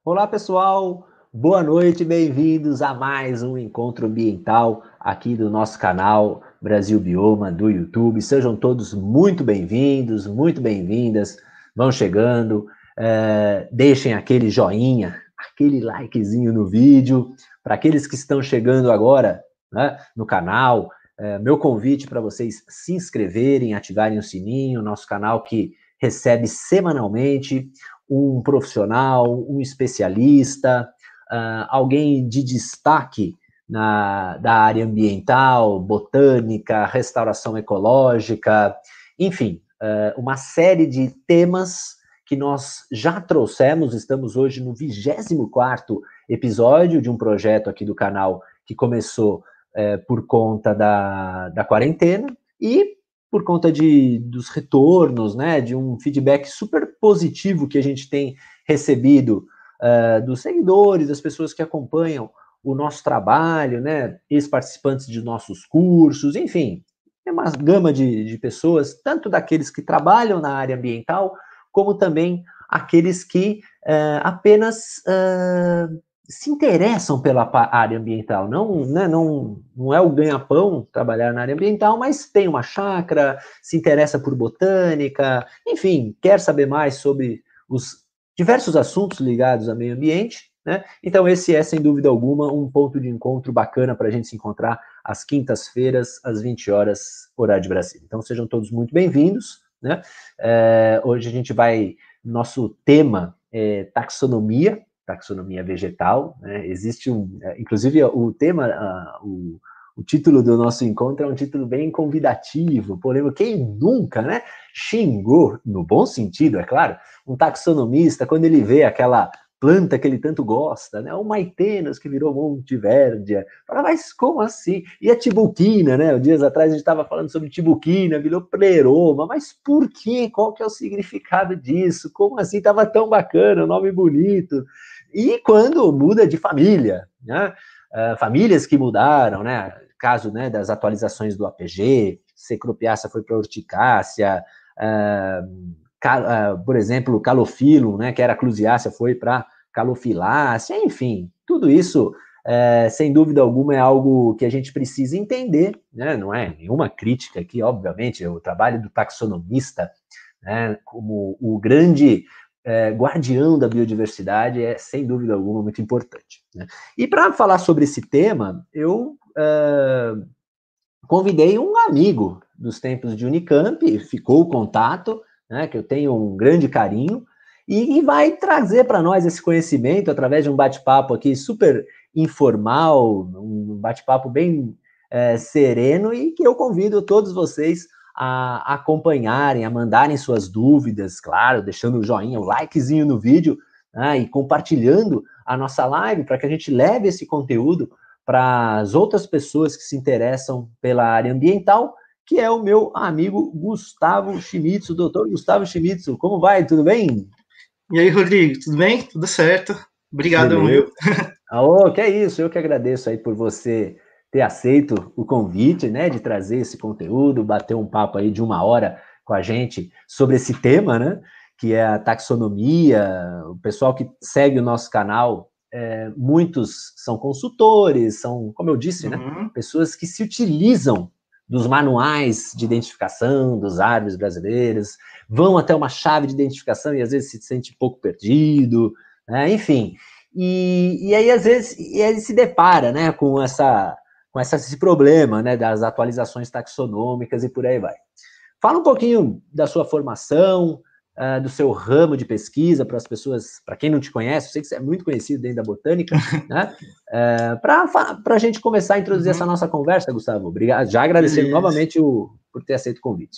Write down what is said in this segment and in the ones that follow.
Olá, pessoal. Boa noite, bem-vindos a mais um encontro ambiental aqui do nosso canal Brasil Bioma do YouTube. Sejam todos muito bem-vindos, muito bem-vindas. Vão chegando, deixem aquele joinha, aquele likezinho no vídeo. Para aqueles que estão chegando agora, né, no canal, meu convite para vocês se inscreverem, ativarem o sininho, nosso canal que recebe semanalmente um profissional, um especialista, alguém de destaque da área ambiental, botânica, restauração ecológica, enfim, uma série de temas que nós já trouxemos. Estamos hoje no 24º episódio de um projeto aqui do canal que começou por conta da quarentena e por conta dos retornos, né, de um feedback super positivo que a gente tem recebido dos seguidores, das pessoas que acompanham o nosso trabalho, né, ex-participantes de nossos cursos, enfim, é uma gama de pessoas, tanto daqueles que trabalham na área ambiental, como também aqueles que apenas se interessam pela área ambiental. Não, né, não é o ganha-pão trabalhar na área ambiental, mas tem uma chácara, se interessa por botânica, enfim, quer saber mais sobre os diversos assuntos ligados ao meio ambiente, né? Então esse é, sem dúvida alguma, um ponto de encontro bacana para a gente se encontrar às quintas-feiras, às 20 horas, horário de Brasília. Então sejam todos muito bem-vindos, né? Hoje a gente vai, nosso tema é taxonomia vegetal, né? Existe inclusive o tema, o título do nosso encontro é um título bem convidativo, polêmico. Quem nunca, né, xingou, no bom sentido, é claro, um taxonomista quando ele vê aquela planta que ele tanto gosta, né, o Maitenas que virou Monteverdia, fala, mas como assim? E a Tibuquina, né, dias atrás a gente estava falando sobre Tibuquina, virou Pleroma, mas por quê? Qual que é o significado disso? Como assim? Estava tão bacana, o nome bonito. E quando muda de família, né? Famílias que mudaram, né? Caso, né, das atualizações do APG, Cecropiácea foi para Urticácea, por exemplo, Calophyllum, né, que era Clusiácea, foi para Calofilácea, enfim, tudo isso, sem dúvida alguma, é algo que a gente precisa entender, né? Não é nenhuma crítica aqui, obviamente, o trabalho do taxonomista, né, como o grande guardião da biodiversidade é, sem dúvida alguma, muito importante, né? E para falar sobre esse tema, eu convidei um amigo dos tempos de Unicamp, ficou o contato, né, que eu tenho um grande carinho, e vai trazer para nós esse conhecimento através de um bate-papo aqui super informal, um bate-papo bem sereno, e que eu convido todos vocês a acompanharem, a mandarem suas dúvidas, claro, deixando o joinha, o likezinho no vídeo, né, e compartilhando a nossa live para que a gente leve esse conteúdo para as outras pessoas que se interessam pela área ambiental, que é o meu amigo Gustavo Shimizu, doutor Gustavo Shimizu. Como vai? Tudo bem? E aí, Rodrigo, tudo bem? Tudo certo. Obrigadão, Beleza. viu? Que é isso, eu que agradeço aí por você ter aceito o convite, né, de trazer esse conteúdo, bater um papo aí de 1 hora com a gente sobre esse tema, né, que é a taxonomia. O pessoal que segue o nosso canal, muitos são consultores, são, como eu disse, né, Uhum. pessoas que se utilizam dos manuais de identificação dos árvores brasileiras, vão até uma chave de identificação e às vezes se sente um pouco perdido, né, enfim. E aí, às vezes, ele se depara, né, esse problema, né, das atualizações taxonômicas e por aí vai. Fala um pouquinho da sua formação, do seu ramo de pesquisa para as pessoas, para quem não te conhece, eu sei que você é muito conhecido dentro da botânica, né? Para a gente começar a introduzir essa Uhum. nossa conversa, Gustavo. Obrigado, já agradecendo Beleza. novamente por ter aceito o convite.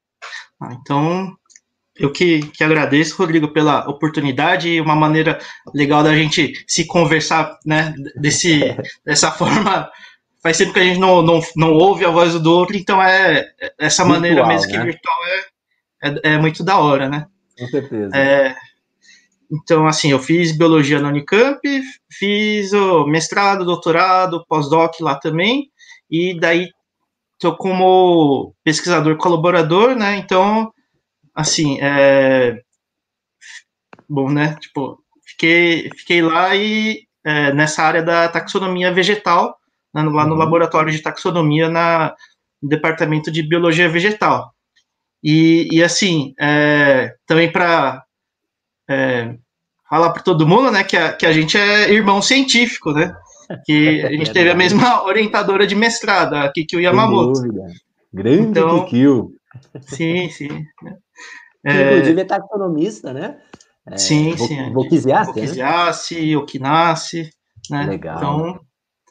Então, eu que agradeço, Rodrigo, pela oportunidade e uma maneira legal da gente se conversar, né, dessa forma. Faz tempo que a gente não ouve a voz do outro, então essa maneira Virtual, mesmo que né? virtual é muito da hora, né? Com certeza. É, então, assim, eu fiz biologia na Unicamp, fiz o mestrado, doutorado, pós-doc lá também, e daí estou como pesquisador colaborador, né? Então, assim, bom, né? Tipo, Fiquei lá e nessa área da taxonomia vegetal, né, lá no laboratório de taxonomia no departamento de biologia vegetal. E assim, também para falar para todo mundo, né, que a gente é irmão científico, né? Que a gente teve a mesma orientadora de mestrado, a Kikyo Yamamoto. Sem dúvida. Grande Então, Kikyo. Sim. Que inclusive é taxonomista, né? Sim. Vokiziace, Okinace, né? Legal. Então,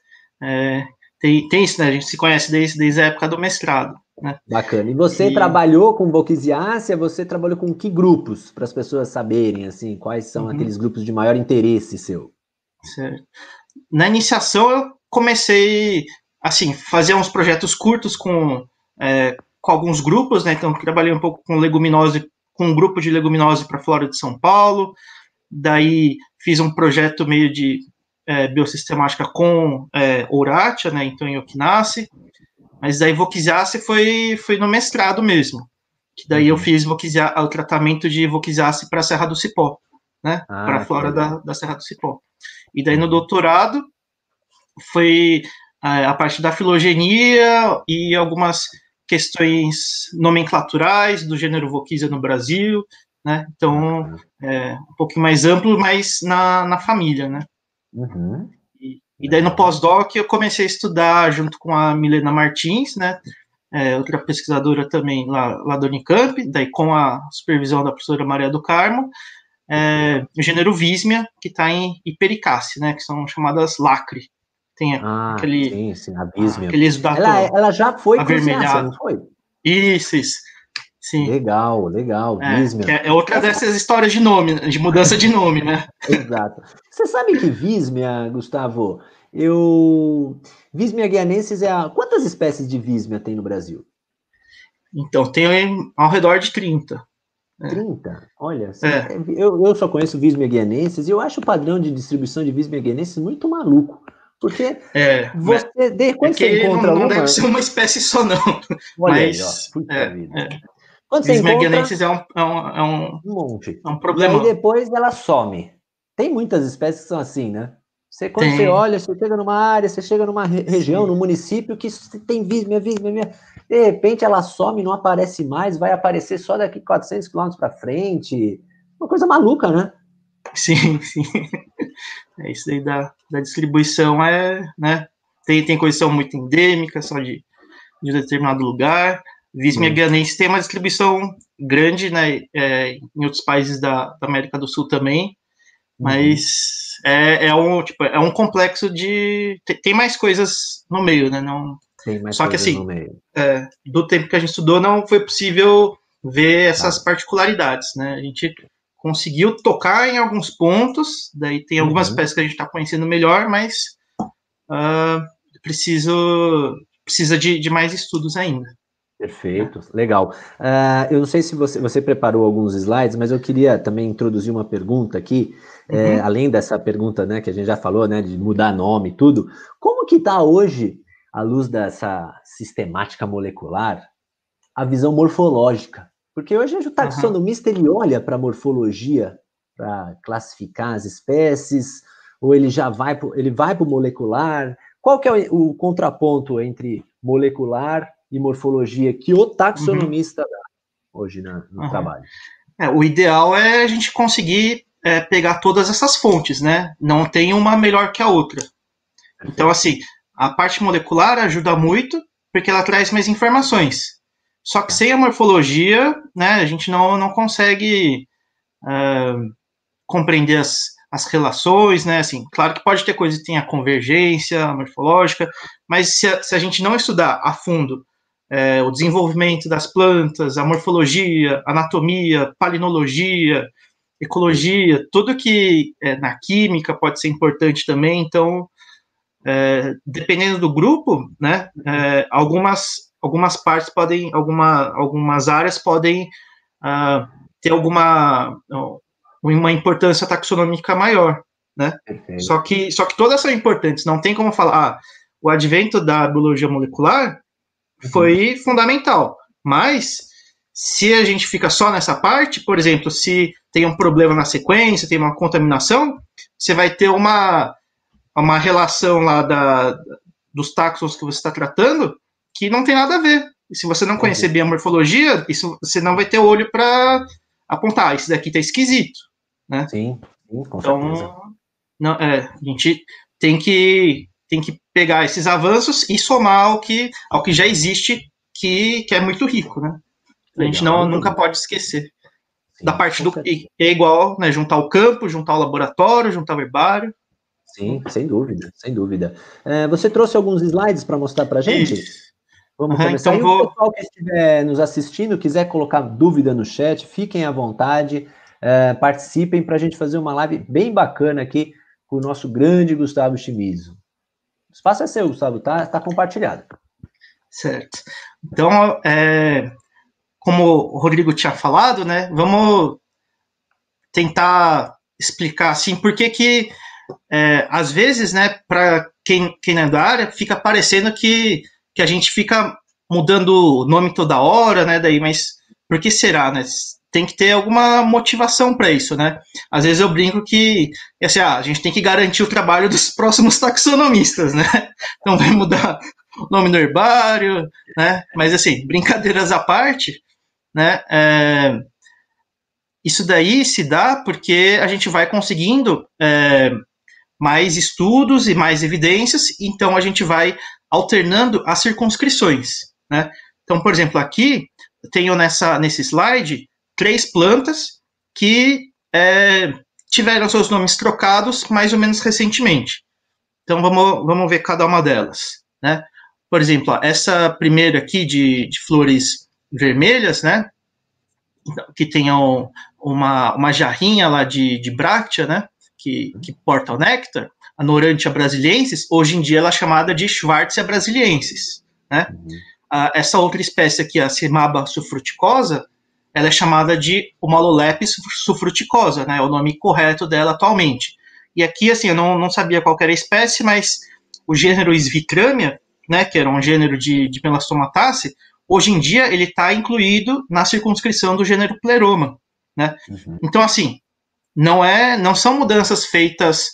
tem isso, né? A gente se conhece desde a época do mestrado. Né? Bacana. E você trabalhou com Vokiziácea, você trabalhou com que grupos, para as pessoas saberem, assim, quais são aqueles grupos de maior interesse seu? Certo. Na iniciação, eu comecei, assim, fazer uns projetos curtos com alguns grupos, né? Então, trabalhei um pouco com leguminose, com um grupo de leguminose para a flora de São Paulo. Daí, fiz um projeto meio de biosistemática com Ouratia, né? Então, em Okinace. Mas daí Vokiziace foi no mestrado mesmo. Que daí eu fiz o tratamento de Vokiziace para a Serra do Cipó, né? Para a flora da Serra do Cipó. E daí no doutorado foi a parte da filogenia e algumas questões nomenclaturais do gênero Vokizia no Brasil, né? Então, um pouquinho mais amplo, mas na família, né? E daí no pós-doc eu comecei a estudar junto com a Milena Martins, né? Outra pesquisadora também lá do Unicamp, daí com a supervisão da professora Maria do Carmo, o gênero Vismia, que está em Hipericácea, né? Que são chamadas lacre. Tem aquele... Sim, a Vismia. Aquele exudato ela já foi avermelhado. Não foi? Isso. Sim. Legal, Vismia. É outra dessas histórias de nome, de mudança de nome, né? Exato. Você sabe que Vismia, Gustavo, Vismia guianensis Quantas espécies de Vismia tem no Brasil? Então, tem ao redor de 30. 30? Olha, eu só conheço Vismia guianensis e eu acho o padrão de distribuição de Vismia guianensis muito maluco. Porque quando você encontra não deve ser uma espécie só, não. Olha aí, ó. Puta vida. Quando você Vismia encontra... guianensis um monte. É um problema. E aí depois ela some. Tem muitas espécies que são assim, né? Quando você olha, você chega numa área, você chega numa região, num município que tem Vismia. De repente ela some, não aparece mais, vai aparecer só daqui 400 quilômetros para frente. Uma coisa maluca, né? Sim. Isso daí da distribuição né? Tem coisas que são muito endêmicas, só de determinado lugar. Vismia guianensis tem uma distribuição grande, né? Em outros países da América do Sul também. Mas é um complexo de... Tem mais coisas no meio, né? Não... Tem mais Só que assim, no meio. Do tempo que a gente estudou, não foi possível ver essas particularidades, né? A gente conseguiu tocar em alguns pontos, daí tem algumas espécies que a gente está conhecendo melhor, mas precisa de mais estudos ainda. Perfeito, legal. Eu não sei se você preparou alguns slides, mas eu queria também introduzir uma pergunta aqui, além dessa pergunta, né, que a gente já falou, né, de mudar nome e tudo. Como que está hoje, à luz dessa sistemática molecular, a visão morfológica? Porque hoje o taxonomista ele olha para a morfologia para classificar as espécies, ou ele vai para o molecular. Qual que é o contraponto entre molecular e morfologia que o taxonomista dá hoje no trabalho? O ideal é a gente conseguir pegar todas essas fontes, né? Não tem uma melhor que a outra. Perfeito. Então, assim, a parte molecular ajuda muito, porque ela traz mais informações. Só que sem a morfologia, né, a gente não consegue compreender as relações, né? Assim, claro que pode ter coisa que tem a convergência morfológica, mas se a gente não estudar a fundo o desenvolvimento das plantas, a morfologia, anatomia, palinologia, ecologia, tudo que na química pode ser importante também. Então, dependendo do grupo, né, algumas partes podem, algumas áreas podem ter uma importância taxonômica maior, né? Só que todas são importantes. Não tem como falar, o advento da biologia molecular foi fundamental, mas Se a gente fica só nessa parte, por exemplo, se tem um problema na sequência, tem uma contaminação, você vai ter uma relação lá dos táxons que você está tratando que não tem nada a ver. E se você não conhecer bem a morfologia, isso, você não vai ter olho para apontar, isso daqui está esquisito. Né? Sim, com então, certeza. Não, a gente tem que pegar esses avanços e somar ao que já existe, que é muito rico, né? A gente nunca pode esquecer. Sim, da parte do que é igual, né? Juntar o campo, juntar o laboratório, juntar o herbário. Sim, sem dúvida, sem dúvida. Você trouxe alguns slides para mostrar para a gente? Isso. Vamos começar. Então, o pessoal que estiver nos assistindo, quiser colocar dúvida no chat, fiquem à vontade, participem para a gente fazer uma live bem bacana aqui com o nosso grande Gustavo Shimizu. O espaço é seu, Gustavo, tá compartilhado. Certo. Então, como o Rodrigo tinha falado, né, vamos tentar explicar assim por que às vezes, né, para quem não é da área, fica parecendo que a gente fica mudando o nome toda hora, né, daí, mas por que será, né? Tem que ter alguma motivação para isso, né? Às vezes eu brinco que assim, a gente tem que garantir o trabalho dos próximos taxonomistas, né? Então vai mudar o nome do herbário, né? Mas assim, brincadeiras à parte, né? Isso daí se dá porque a gente vai conseguindo mais estudos e mais evidências, então a gente vai alternando as circunscrições, né? Então, por exemplo, aqui eu tenho nesse slide 3 plantas que tiveram seus nomes trocados mais ou menos recentemente. Então, vamos ver cada uma delas, né? Por exemplo, ó, essa primeira aqui de flores vermelhas, né? Que tem uma jarrinha lá de bráctea, né? Que porta o néctar, a Norantia brasiliensis, hoje em dia ela é chamada de Schwartzia brasiliensis, né? Essa outra espécie aqui, a Cimaba sulfruticosa, ela é chamada de Humalolepis sulfruticosa, né? É o nome correto dela atualmente. E aqui, assim, eu não sabia qual era a espécie, mas o gênero Svicramia, né, que era um gênero de Melastomataceae, hoje em dia ele está incluído na circunscrição do gênero Pleroma, né? Então, assim, não são mudanças feitas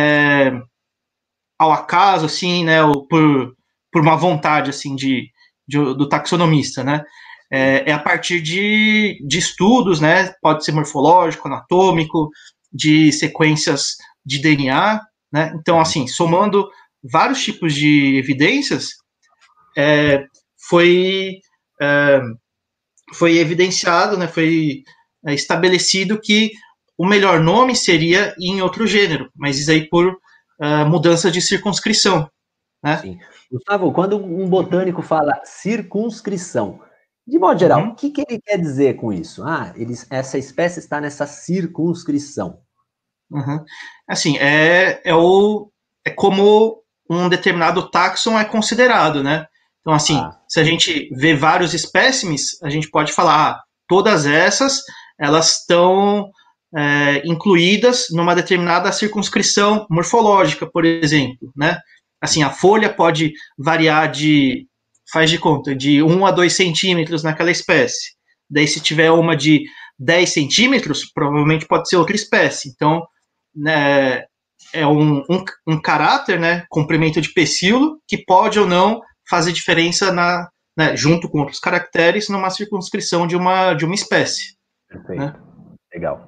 ao acaso, assim, né, ou por uma vontade, assim, do taxonomista, né? A partir de estudos, né? Pode ser morfológico, anatômico, de sequências de DNA, né? Então, assim, somando vários tipos de evidências, foi evidenciado, né? Foi estabelecido que o melhor nome seria em outro gênero, mas isso aí por mudança de circunscrição, né? Sim. Gustavo, quando um botânico fala circunscrição, de modo geral, o que ele quer dizer com isso? Essa espécie está nessa circunscrição. Assim, é como um determinado táxon é considerado, né? Então, assim, se a gente vê vários espécimes, a gente pode falar, todas essas, elas estão incluídas numa determinada circunscrição morfológica, por exemplo, né? Assim, a folha pode variar faz de conta, de 1 a 2 centímetros naquela espécie. Daí, se tiver uma de 10 centímetros, provavelmente pode ser outra espécie. Então, né, é um caráter, né, comprimento de pecíolo, que pode ou não fazer diferença né, junto com outros caracteres numa circunscrição de uma espécie. Perfeito. Né? Legal.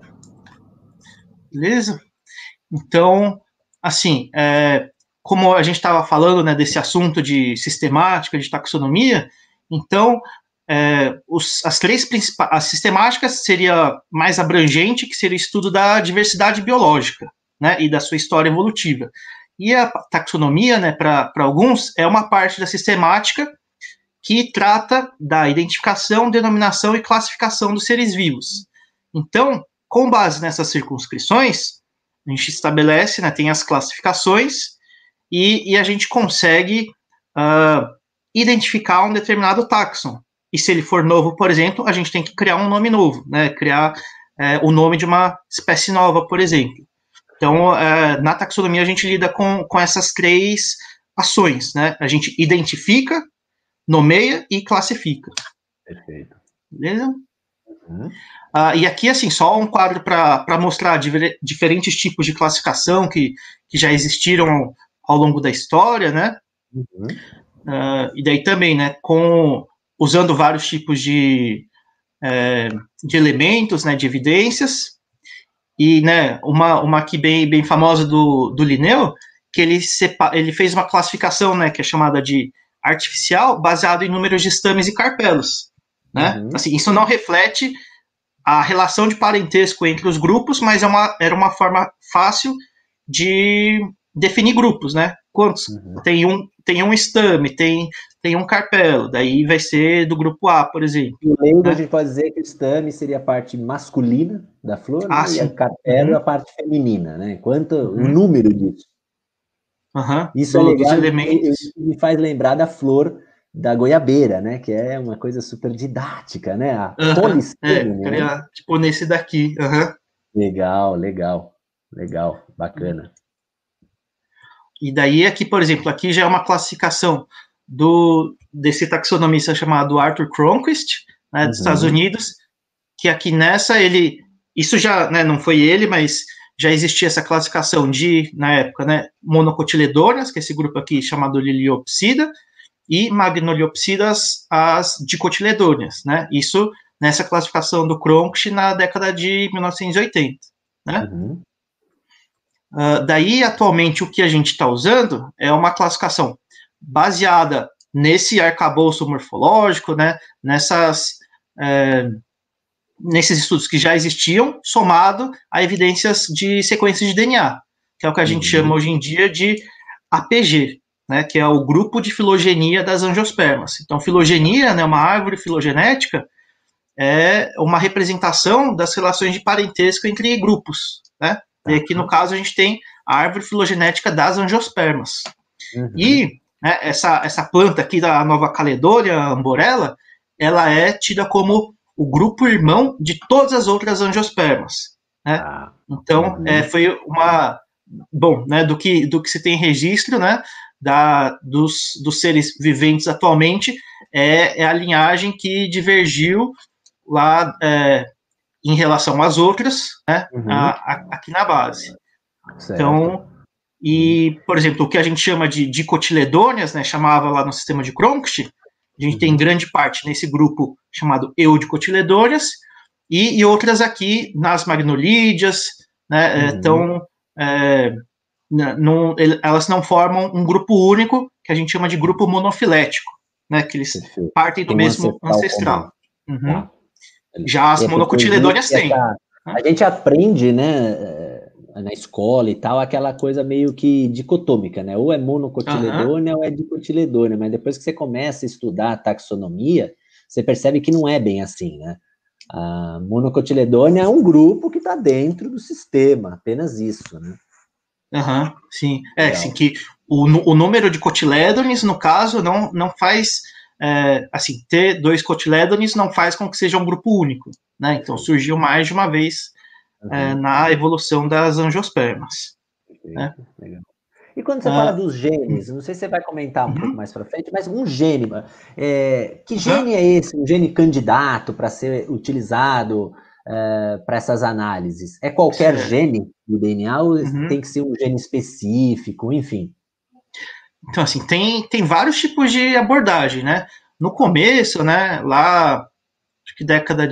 Beleza? Então, assim, como a gente estava falando, né, desse assunto de sistemática, de taxonomia, então, as três principais, a sistemática seria mais abrangente, que seria o estudo da diversidade biológica, né, e da sua história evolutiva. E a taxonomia, né, para alguns, é uma parte da sistemática que trata da identificação, denominação e classificação dos seres vivos. Então, com base nessas circunscrições, a gente estabelece, né, tem as classificações e a gente consegue identificar um determinado táxon. E se ele for novo, por exemplo, a gente tem que criar um nome novo, né, criar o nome de uma espécie nova, por exemplo. Então, na taxonomia, a gente lida com essas três ações, né? A gente identifica, nomeia e classifica. Perfeito. beleza? E aqui, assim, só um quadro para mostrar diferentes tipos de classificação que já existiram ao longo da história, né? E daí também, né, usando vários tipos de elementos, né, de evidências, e, né, uma aqui bem famosa do Linneu, que ele fez uma classificação, né, que é chamada de artificial, baseado em números de estames e carpelos, né? Assim, isso não reflete a relação de parentesco entre os grupos, mas era uma forma fácil de definir grupos, né? Quantos? Tem um estame, tem um carpelo, daí vai ser do grupo A, por exemplo. No leigo, a gente pode dizer que o estame seria a parte masculina da flor, né? Sim. E a carpelo é a parte feminina, né? Quanto o número disso. Isso é legal, me faz lembrar da flor da goiabeira, né? Que é uma coisa super didática, né? A polistêmia, né? Tipo nesse daqui. Legal, bacana. E daí aqui, por exemplo, aqui já é uma classificação desse taxonomista chamado Arthur Cronquist, né, dos Estados Unidos, que aqui nessa isso já, né, não foi ele, mas já existia essa classificação na época, né, monocotiledôneas, que é esse grupo aqui chamado Liliopsida, e Magnoliopsidas, as dicotiledôneas, né, isso nessa classificação do Cronquist na década de 1980, né. Daí, atualmente, o que a gente está usando é uma classificação baseada nesse arcabouço morfológico, né, nesses estudos que já existiam, somado a evidências de sequências de DNA, que é o que a gente chama hoje em dia de APG, né, que é o grupo de filogenia das angiospermas. Então, filogenia, né, uma árvore filogenética, é uma representação das relações de parentesco entre grupos, né? E aqui, no caso, a gente tem a árvore filogenética das angiospermas. E, né, essa planta aqui da Nova Caledônia, Amborella, ela é tida como o grupo irmão de todas as outras angiospermas, né? Então, foi bom, né, do que se tem registro, né, dos seres viventes atualmente, é a linhagem que divergiu lá em relação às outras, né, aqui na base. Certo. Então, por exemplo, o que a gente chama de dicotiledôneas, né, chamava lá no sistema de Cronquist, a gente tem grande parte nesse grupo chamado eudicotiledôneas, e outras aqui nas magnolídeas, né, elas não formam um grupo único, que a gente chama de grupo monofilético, né, que eles partem do mesmo ancestral. Já as monocotiledôneas têm. A gente aprende, né, na escola e tal, aquela coisa meio que dicotômica, né? Ou é monocotiledônea ou é dicotiledônea, mas depois que você começa a estudar a taxonomia, você percebe que não é bem assim, né? A monocotiledônea é um grupo que está dentro do sistema, apenas isso, né? Sim. Assim, que o número de cotilédones, no caso, não faz... assim, ter 2 cotilédones não faz com que seja um grupo único, né? Então, surgiu mais de uma vez na evolução das angiospermas. Né? Legal. E quando você fala dos genes, não sei se você vai comentar um pouco mais para frente, mas um gene, que gene é esse, um gene candidato para ser utilizado para essas análises? É qualquer gene do DNA ou tem que ser um gene específico, enfim? Então, assim, tem vários tipos de abordagem, né? No começo, né, lá, acho que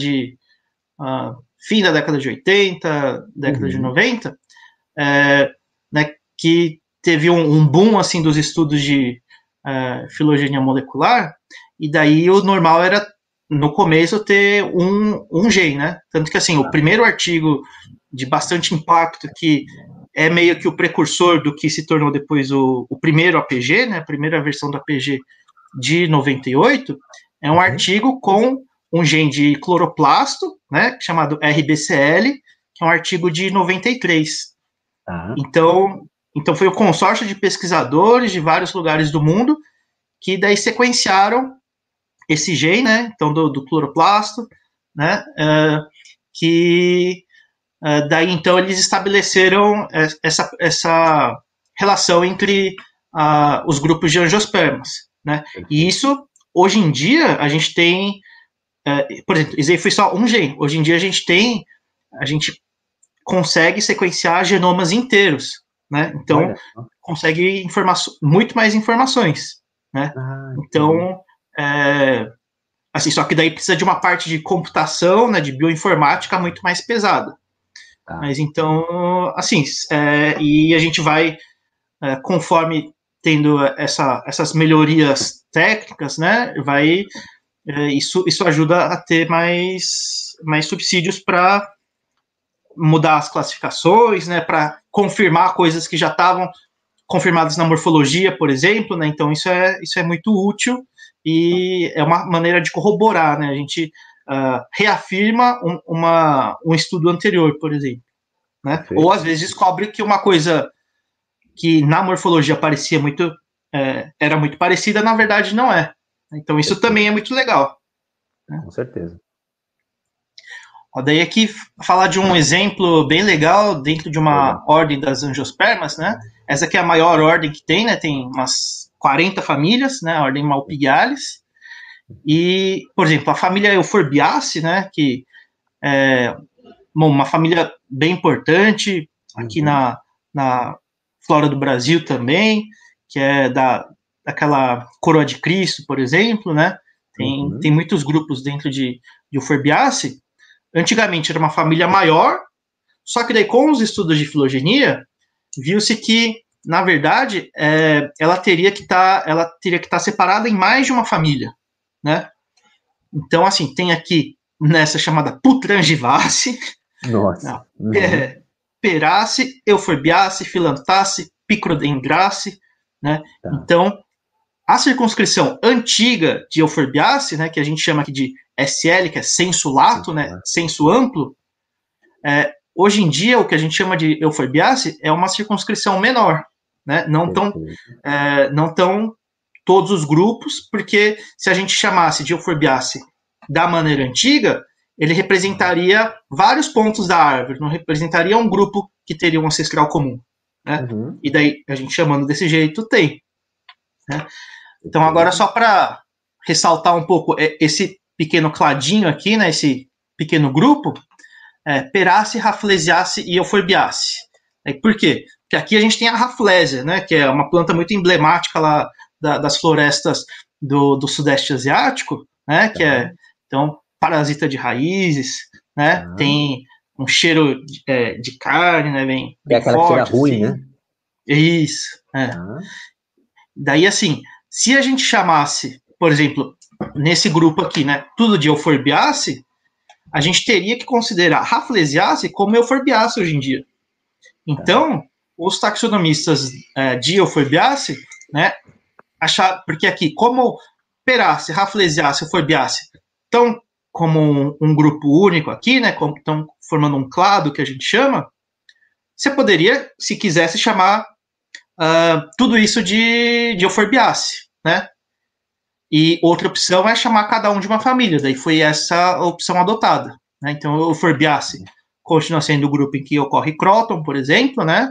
fim da década de 80, década de 90, né, que teve um boom, assim, dos estudos de filogenia molecular, e daí o normal era, no começo, ter um gene, né? Tanto que, assim, o primeiro artigo de bastante impacto, que é meio que o precursor do que se tornou depois o primeiro APG, né, a primeira versão do APG de 98, é um artigo com um gene de cloroplasto, né, chamado RBCL, que é um artigo de 93. Então foi o consórcio de pesquisadores de vários lugares do mundo que daí sequenciaram esse gene, né, então do cloroplasto, né, que daí, então, eles estabeleceram essa relação entre os grupos de angiospermas, né? E isso, hoje em dia, a gente tem por exemplo, isso aí foi só um gene. Hoje em dia a gente consegue sequenciar genomas inteiros, né? Então, consegue muito mais informações, né? Então, assim, só que daí precisa de uma parte de computação, né, de bioinformática muito mais pesada. Mas então, assim, e a gente vai, conforme tendo essas melhorias técnicas, né, isso ajuda a ter mais subsídios para mudar as classificações, né, para confirmar coisas que já estavam confirmadas na morfologia, por exemplo, né, então isso é muito útil e é uma maneira de corroborar, né, a gente reafirma um estudo anterior, por exemplo, né, ou às vezes descobre que uma coisa que na morfologia parecia era muito parecida, na verdade não é. Então isso também é muito legal. Né? Com certeza. Daí aqui falar de um exemplo bem legal dentro de uma ordem das angiospermas, né? Essa aqui é a maior ordem que tem, né? Tem umas 40 famílias, né? A ordem Malpighiales. E, por exemplo, a família Euphorbiaceae, né? Que é uma família bem importante aqui na flora do Brasil também, que é daquela coroa de Cristo, por exemplo, né? Tem muitos grupos dentro de Euphorbiaceae. Antigamente era uma família maior, só que daí com os estudos de filogenia, viu-se que, na verdade, ela teria que estar separada em mais de uma família, né? Então, assim, tem aqui nessa chamada Putrangivaceae, nossa, Peraceae, Euphorbiaceae, Philantaceae, Picrodendraceae, né? Tá. Então, a circunscrição antiga de Euphorbiaceae, né, que a gente chama aqui de SL, que é sensu lato, né, sensu amplo, hoje em dia o que a gente chama de Euphorbiaceae é uma circunscrição menor, né, não tão todos os grupos, porque se a gente chamasse de Euphorbiaceae da maneira antiga, ele representaria vários pontos da árvore, não representaria um grupo que teria um ancestral comum, né? E daí, a gente chamando desse jeito, tem. Né? Então, agora, só para ressaltar um pouco esse pequeno cladinho aqui, né, esse pequeno grupo, Peraceae, Rafflesiaceae e Euphorbiaceae. Por quê? Porque aqui a gente tem a Rafflesia, né, que é uma planta muito emblemática lá das florestas do Sudeste Asiático, né, que então, parasita de raízes, né, tem um cheiro de carne, né, bem aquela forte. Que cheira ruim, assim. né? Isso. Daí, assim, se a gente chamasse, por exemplo, nesse grupo aqui, né, tudo de Euphorbiaceae, a gente teria que considerar Rafflesiaceae como Euphorbiaceae hoje em dia. Então, os taxonomistas de Euphorbiaceae, né, porque aqui, como Peraceae, Rafflesiaceae e Euphorbiaceae estão como um grupo único aqui, né, estão formando um clado que a gente chama, você poderia, se quisesse, chamar tudo isso de Euphorbiaceae, né? E outra opção é chamar cada um de uma família, daí foi essa a opção adotada. Né? Então, o Euphorbiaceae continua sendo o grupo em que ocorre Croton, por exemplo, né?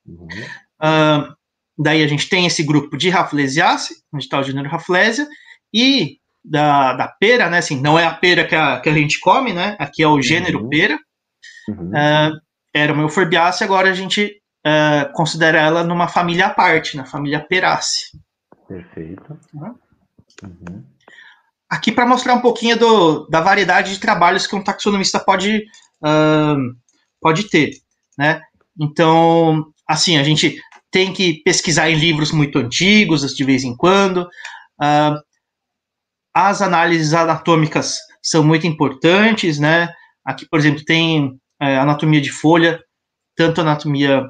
Daí a gente tem esse grupo de Rafflesiaceae, onde está o gênero Rafflesia, e da pera, né? Assim, não é a pera que a gente come, né? Aqui é o gênero pera. Era uma Euphorbiaceae, agora a gente considera ela numa família à parte, na família Peraceae. Perfeito. Aqui para mostrar um pouquinho da variedade de trabalhos que um taxonomista pode ter, né? Então, assim, a gente tem que pesquisar em livros muito antigos, de vez em quando. As análises anatômicas são muito importantes, né? Aqui, por exemplo, tem anatomia de folha, tanto anatomia,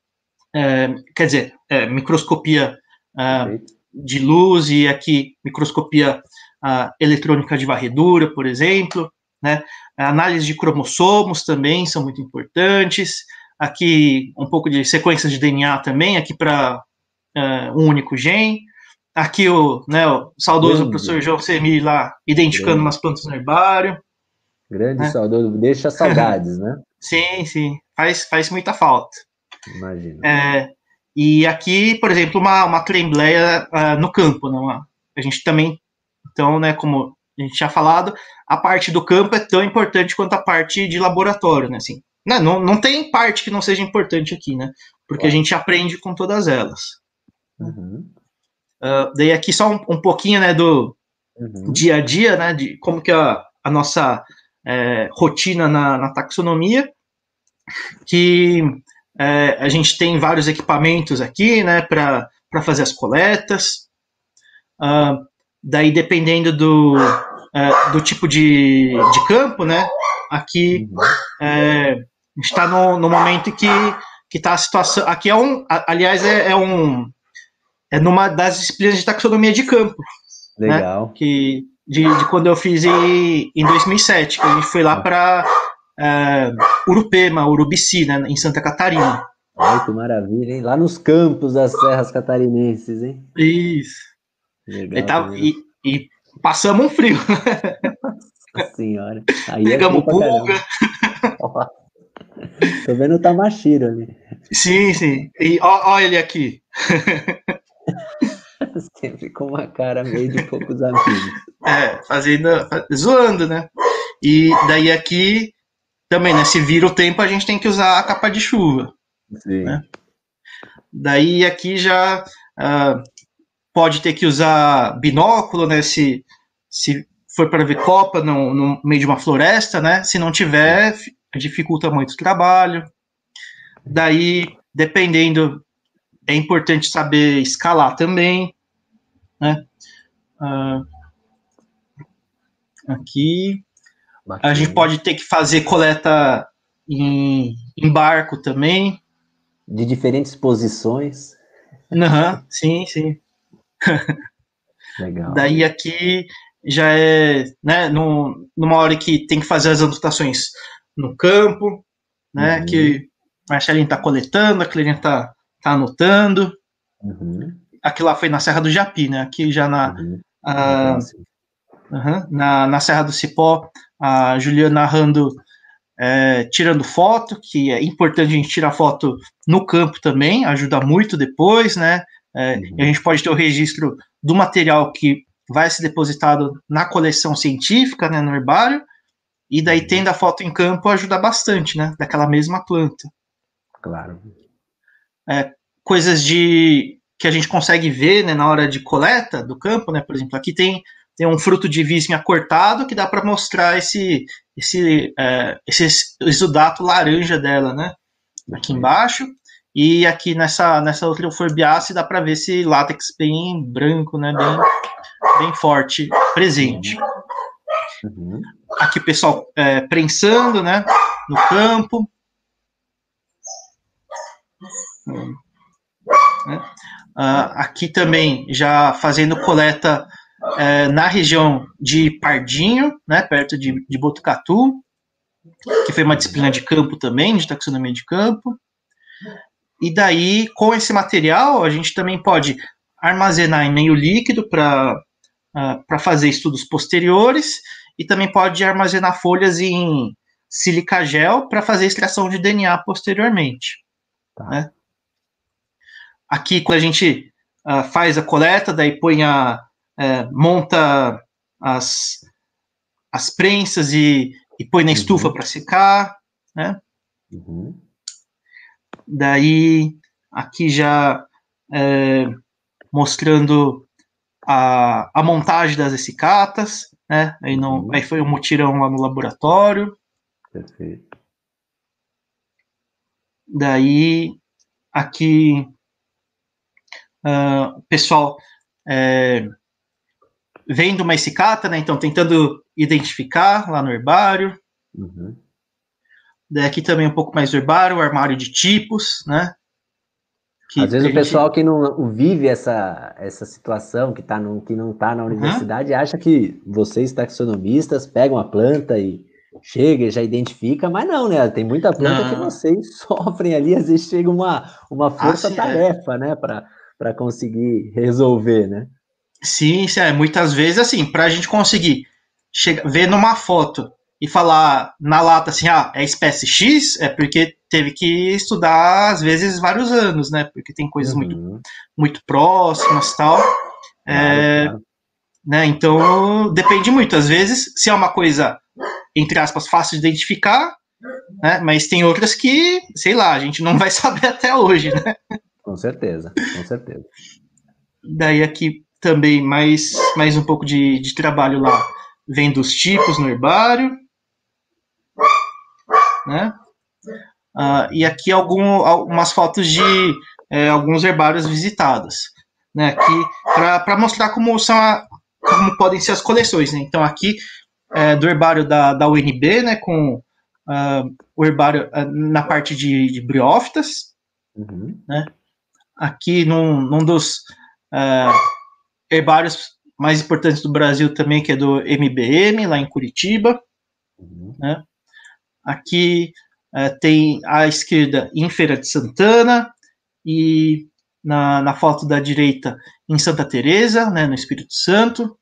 microscopia de luz e aqui microscopia eletrônica de varredura, por exemplo, né? A análise de cromossomos também são muito importantes. Aqui um pouco de sequências de DNA também, aqui para um único gene. Aqui o saudoso professor João Semir lá identificando umas plantas no herbário. Grande saudoso, deixa saudades, né? Sim, faz muita falta. Imagina. E aqui, por exemplo, uma trembleia no campo, né? A gente também, então, né, como a gente tinha falado, a parte do campo é tão importante quanto a parte de laboratório, né? Assim, não tem parte que não seja importante aqui, né? Porque a gente aprende com todas elas. Uhum. Daí aqui só um pouquinho, né, do Uhum. dia a dia, né, de como que a nossa rotina na taxonomia, que a gente tem vários equipamentos aqui, né, para fazer as coletas. Daí, dependendo do tipo de campo, né, aqui a gente está no momento que está a situação. Aqui aliás, é numa das disciplinas de taxonomia de campo, Legal. né, de quando eu fiz em 2007, que a gente foi lá para Urupema, Urubici, né, em Santa Catarina. Ai, que maravilha, hein? Lá nos campos das Serras Catarinenses, hein? Isso. Legal. E passamos um frio. Nossa senhora. Aí é frio Pegamos pra pulga. caramba. Tô vendo o Tamashiro ali. Sim, sim. E ó ele aqui. Sempre com uma cara meio de poucos amigos. Zoando, né? E daí aqui também, né? Se vira o tempo, a gente tem que usar a capa de chuva. Sim. Né? Daí aqui já pode ter que usar binóculo, né? Se for para ver copa no meio de uma floresta, né? Se não tiver, dificulta muito o trabalho. Daí, dependendo, é importante saber escalar também, né? Aqui bacana. A gente pode ter que fazer coleta em barco também. De diferentes posições. Sim, sim. Legal. Daí aqui já é, né, numa hora que tem que fazer as anotações no campo, né, que a Marcelinha está coletando, a Clerinha tá anotando. Aqui lá foi na Serra do Japi, né, aqui já na Serra do Cipó, a Juliana narrando, tirando foto, que é importante a gente tirar foto no campo também, ajuda muito depois, né, e a gente pode ter o registro do material que vai ser depositado na coleção científica, né, no herbário, e daí tendo a foto em campo ajuda bastante, né, daquela mesma planta. Claro. Coisas que a gente consegue ver, né, na hora de coleta do campo, né, por exemplo, aqui tem um fruto de vísmia cortado que dá para mostrar esse exudato laranja dela, né, aqui embaixo. E aqui nessa outra euforbiaceae dá para ver esse látex bem branco, né, bem forte, presente. Aqui o pessoal prensando, né, no campo. Aqui também já fazendo coleta na região de Pardinho, né, perto de Botucatu, que foi uma disciplina de campo também, de taxonomia de campo. E daí, com esse material, a gente também pode armazenar em meio líquido para fazer estudos posteriores e também pode armazenar folhas em sílica gel para fazer extração de DNA posteriormente. Né? Aqui, quando a gente faz a coleta, daí monta as prensas e põe na estufa para secar, né? Daí, aqui já mostrando a montagem das essicatas, né? Aí foi um mutirão lá no laboratório. Perfeito. Daí, aqui, o pessoal vendo uma essicata, né? Então, tentando identificar lá no herbário. Daí aqui também um pouco mais do herbário, o armário de tipos, né? Às vezes o pessoal que não vive essa situação, que não está na universidade, acha que vocês, taxonomistas, pegam a planta e chega e já identifica, mas não, né? Tem muita planta que vocês sofrem ali, às vezes chega uma força-tarefa, né? Para conseguir resolver, né? Sim, muitas vezes, assim, para a gente conseguir ver numa foto e falar na lata assim, é espécie X, é porque teve que estudar, às vezes, vários anos, né? Porque tem coisas muito próximas e tal. Claro. né? Então, depende muito. Às vezes, se é uma coisa, entre aspas, fácil de identificar, né? Mas tem outras que, sei lá, a gente não vai saber até hoje, né? Com certeza, com certeza. Daí aqui também mais um pouco de trabalho lá, vendo os tipos no herbário, né? E aqui algumas fotos de alguns herbários visitados, né? Aqui para mostrar como podem ser as coleções, né? Então aqui do herbário da UNB, né? Com o herbário na parte de briófitas, né? Aqui num dos herbários mais importantes do Brasil também, que é do MBM, lá em Curitiba, né? Aqui tem à esquerda em Feira de Santana e na foto da direita em Santa Teresa, né, no Espírito Santo.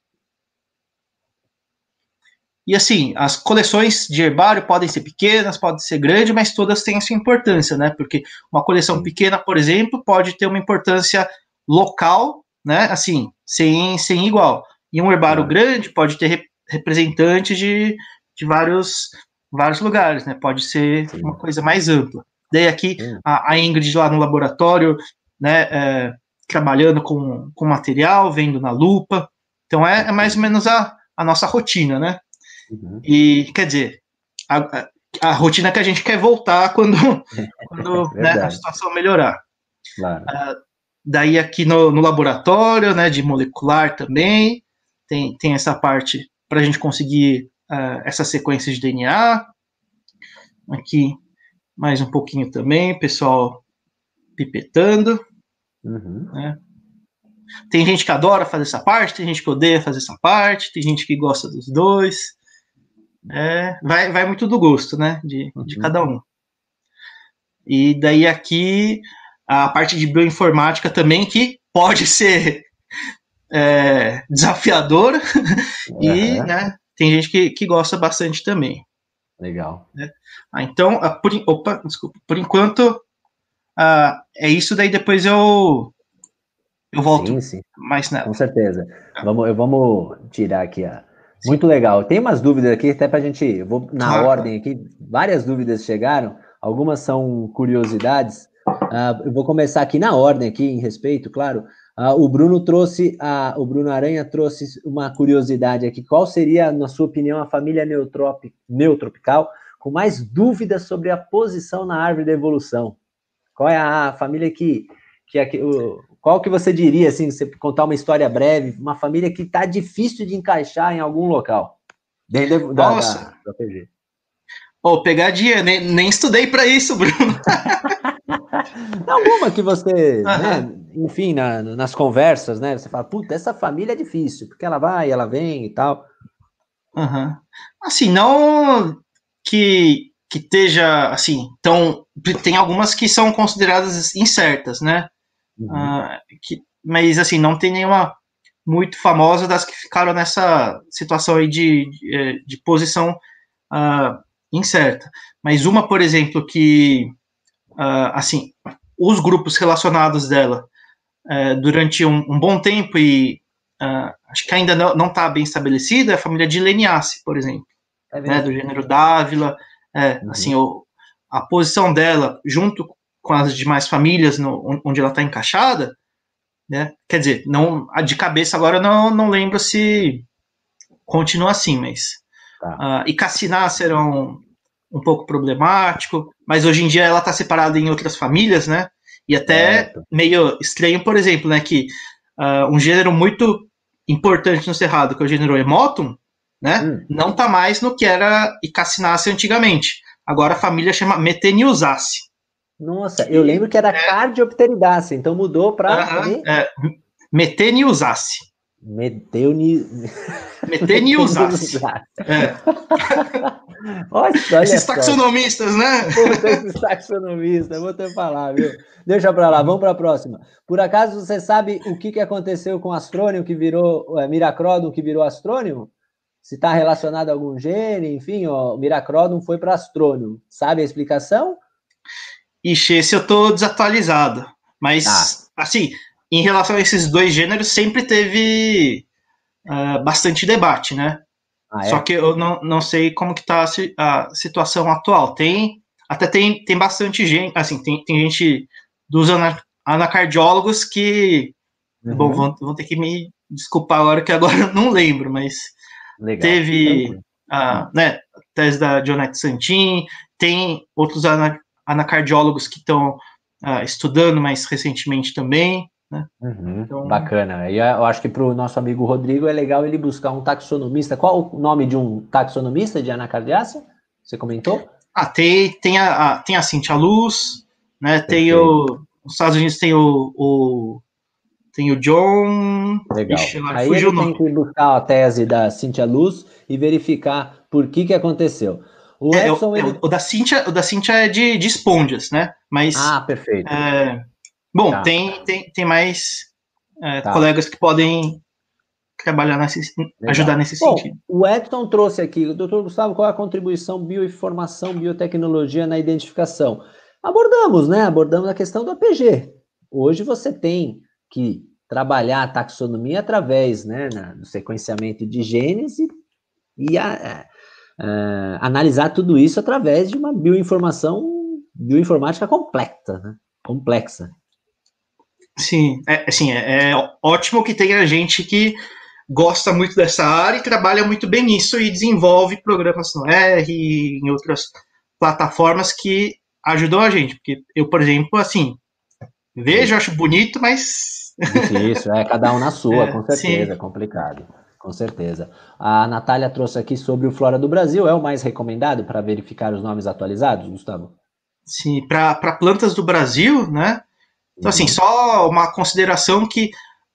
E assim, as coleções de herbário podem ser pequenas, podem ser grandes, mas todas têm a sua importância, né? Porque uma coleção pequena, por exemplo, pode ter uma importância local, né? Assim, sem igual. E um herbário grande pode ter representantes de vários lugares, né? Pode ser uma coisa mais ampla. Daí aqui a Ingrid lá no laboratório, né? Trabalhando com material, vendo na lupa. Então é mais ou menos a nossa rotina, né? E, quer dizer, a rotina que a gente quer voltar quando né, a situação melhorar. Claro. Daí aqui no laboratório, né, de molecular também, tem essa parte para a gente conseguir essa sequência de DNA. Aqui mais um pouquinho também, pessoal pipetando. Né? Tem gente que adora fazer essa parte, tem gente que odeia fazer essa parte, tem gente que gosta dos dois. Vai muito do gosto, né, de cada um. E daí aqui a parte de bioinformática também, que pode ser desafiadora e, né, tem gente que gosta bastante também. Legal. Né? Então, por enquanto é isso, daí depois eu volto mais nela. Com certeza. Vamos tirar aqui Muito legal. Tem umas dúvidas aqui, até para a gente. Vou na ordem aqui. Várias dúvidas chegaram. Algumas são curiosidades. Eu vou começar aqui na ordem, aqui, em respeito, claro. O Bruno Aranha trouxe uma curiosidade aqui. Qual seria, na sua opinião, a família neotropical com mais dúvidas sobre a posição na árvore da evolução? Qual é a família qual que você diria, assim, você contar uma história breve, uma família que está difícil de encaixar em algum local? Dentro da PG. Pegadinha, nem estudei para isso, Bruno. Alguma que você, né, enfim, nas conversas, né, você fala, puta, essa família é difícil, porque ela vai, ela vem e tal. Assim, não que esteja, assim, tem algumas que são consideradas incertas, né? Mas, assim, não tem nenhuma muito famosa das que ficaram nessa situação aí de posição incerta. Mas uma, por exemplo, que, assim, os grupos relacionados dela durante um bom tempo e acho que ainda não está bem estabelecida é a família de Leniaceae, por exemplo, né, do gênero Dávila. Assim, a posição dela, junto com as demais famílias onde ela está encaixada, né? Quer dizer, não, de cabeça agora não lembro se continua assim, mas Icacinaceae era um pouco problemático, mas hoje em dia ela está separada em outras famílias, né? E até meio estranho, por exemplo, né, que um gênero muito importante no Cerrado, que é o gênero Emotum, né, não está mais no que era Icacinaceae antigamente. Agora a família chama Meteniusaceae. Nossa, eu lembro que era Cardiopteridaceae, então mudou para Meteniusaceae. Meteniusaceae. Olha esses taxonomistas, né? Esses taxonomistas, vou até falar, viu? Deixa para lá, vamos para a próxima. Por acaso você sabe o que aconteceu com o astrônimo que virou Miracrodon, que virou astrônimo? Se está relacionado a algum gene, enfim, o Miracrodon foi para astrônimo. Sabe a explicação? Ixi, esse eu tô desatualizado. Mas, assim, em relação a esses dois gêneros, sempre teve bastante debate, né? Ah, Só é? que eu não sei como que está a situação atual. Até tem bastante gente, assim, tem gente dos anacardiólogos que, bom, Uhum. vão ter que me desculpar agora que agora eu não lembro, mas Legal. teve Tranquilo. a, né, a tese da Dionete Santin, tem outros anacardiólogos que estão estudando mais recentemente também, né? Uhum. Então, Bacana. E eu acho que para o nosso amigo Rodrigo é legal ele buscar um taxonomista. Qual o nome de um taxonomista de anacardiácea? Você comentou? tem a Cintia Luz, né? Perfeito. Nos Estados Unidos tem o John. Ixi, Legal. agora Aí fugiu ele o tem nome. que buscar a tese da Cintia Luz e verificar por que aconteceu. O Edson, ele. O da Cintia é de esponjas, né? Mas, Ah, perfeito. é, bom, Tá, tem mais tá. colegas que podem trabalhar ajudar Legal. nesse Bom, sentido. o Edson trouxe aqui, doutor Gustavo, qual é a contribuição bioinformação, biotecnologia na identificação? Abordamos, né? Abordamos a questão do APG. Hoje você tem que trabalhar a taxonomia através, né, do sequenciamento de genes e analisar tudo isso através de uma bioinformática complexa, né? Complexa. Sim, assim, é ótimo que tenha gente que gosta muito dessa área e trabalha muito bem nisso e desenvolve programas no R e em outras plataformas que ajudam a gente. Porque eu, por exemplo, assim, vejo, Isso. acho bonito, mas Difícil, cada um na sua, com sim, certeza, é complicado, com certeza. A Natália trouxe aqui sobre o Flora do Brasil, é o mais recomendado para verificar os nomes atualizados, Gustavo? sim, para plantas do Brasil, né? Então, assim, Uhum, só uma consideração que,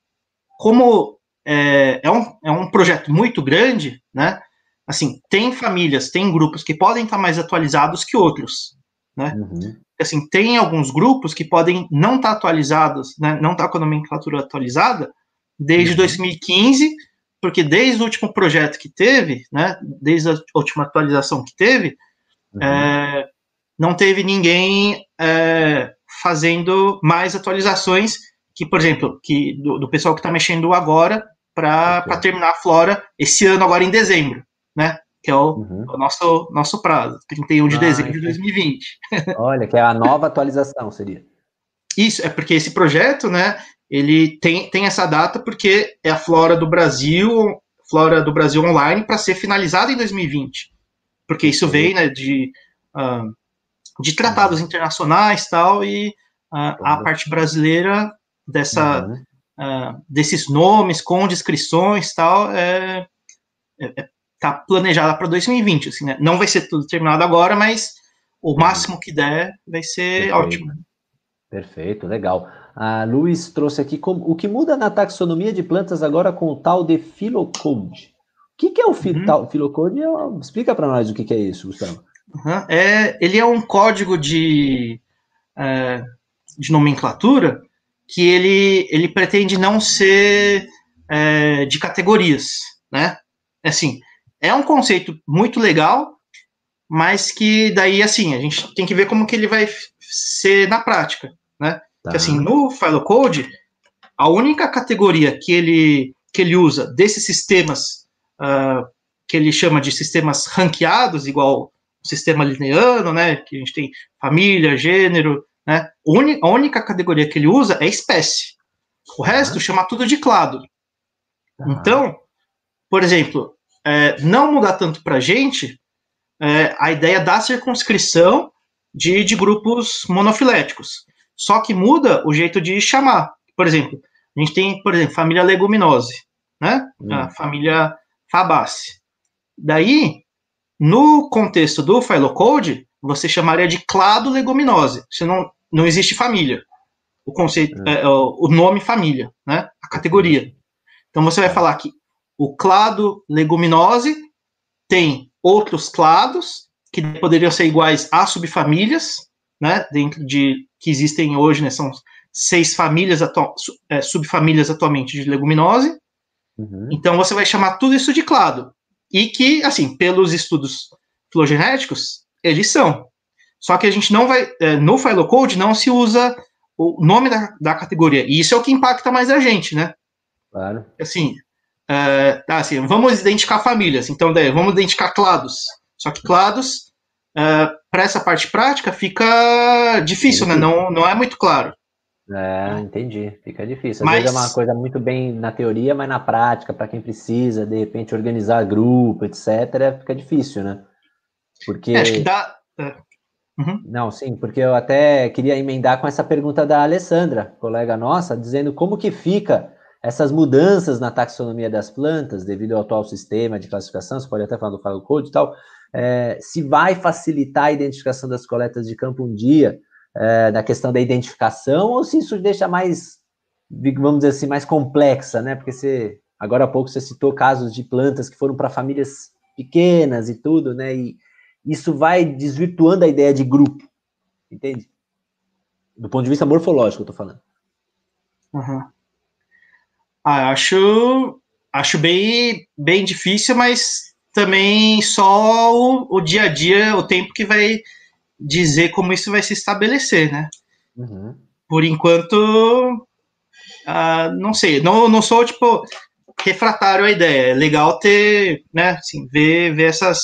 como é um projeto muito grande, né? Assim, tem famílias, tem grupos que podem estar mais atualizados que outros, né? uhum, Assim, tem alguns grupos que podem não estar atualizados, né? Não estar com a nomenclatura atualizada desde uhum, 2015, porque desde o último projeto que teve, né? Desde a última atualização que teve, uhum. não teve ninguém fazendo mais atualizações que, por exemplo, do pessoal que está mexendo agora para Ok. terminar a Flora esse ano, agora em dezembro, né? Que é o Uhum. nosso prazo, 31 de Ah, dezembro de 2020. olha, que é a nova atualização, seria. Isso, é porque esse projeto, né, ele tem essa data porque é a Flora do Brasil online para ser finalizada em 2020. Porque isso vem, Perfeito. né, de tratados Uhum. internacionais tal, e a Claro. parte brasileira Uhum. desses nomes com descrições tal tá planejada para 2020, assim, né? Não vai ser tudo terminado agora, mas o Entendi. máximo que der vai ser Perfeito. ótimo. Perfeito, legal. A Luiz trouxe aqui o que muda na taxonomia de plantas agora com o tal de Phylocode. O que é o Uhum. tal Phylocode? Explica para nós o que é isso, Gustavo. Uhum. Ele é um código de nomenclatura que ele pretende não ser de categorias, né? Assim, é um conceito muito legal, mas que daí, assim, a gente tem que ver como que ele vai ser na prática, né? Que, assim, Tá. no Phylocode, a única categoria que ele usa desses sistemas que ele chama de sistemas ranqueados, igual o sistema lineano, né? Que a gente tem família, gênero, né? A única categoria que ele usa é espécie. O resto Tá. chama tudo de clado. Tá. Então, por exemplo, não mudar tanto para a gente a ideia da circunscrição de grupos monofiléticos. Só que muda o jeito de chamar. Por exemplo, a gente tem, por exemplo, família Leguminosa, né? A Hum. família Fabaceae. Daí, no contexto do Phylocode, você chamaria de clado leguminosa. Você não existe família. O conceito, Hum. o nome família, né? A Perfeito. categoria. Então você vai Tá. falar que o clado leguminose tem outros clados que poderiam ser iguais a subfamílias, né? Dentro de que existem hoje, né? São 6 famílias subfamílias atualmente de leguminose. Uhum. Então você vai chamar tudo isso de clado. E que, assim, pelos estudos filogenéticos, eles são. Só que a gente não vai. No Phylocode não se usa o nome da categoria. E isso é o que impacta mais a gente, né? Claro. Assim, assim, vamos identificar famílias. Então, daí, vamos identificar clados. Só que clados, para essa parte prática, fica difícil, né? Não é muito claro. Entendi. Fica difícil. Às vezes é uma Mas, coisa muito bem na teoria, mas na prática, para quem precisa, de repente, organizar grupo, etc., fica difícil, né? Porque. acho que dá. Uhum. Não, sim, porque eu até queria emendar com essa pergunta da Alessandra, colega nossa, dizendo como que fica essas mudanças na taxonomia das plantas devido ao atual sistema de classificação, você pode até falar do File Code e tal, se vai facilitar a identificação das coletas de campo um dia, na questão da identificação, ou se isso deixa mais, vamos dizer assim, mais complexa, né? Porque agora há pouco você citou casos de plantas que foram para famílias pequenas e tudo, né? E isso vai desvirtuando a ideia de grupo, entende? Do ponto de vista morfológico, eu tô falando. Uhum. Acho bem difícil, mas também só o dia a dia, o tempo que vai dizer como isso vai se estabelecer, né? Uhum. Por enquanto, não sei, não sou, tipo, refratário à ideia. É legal ter, né, assim, ver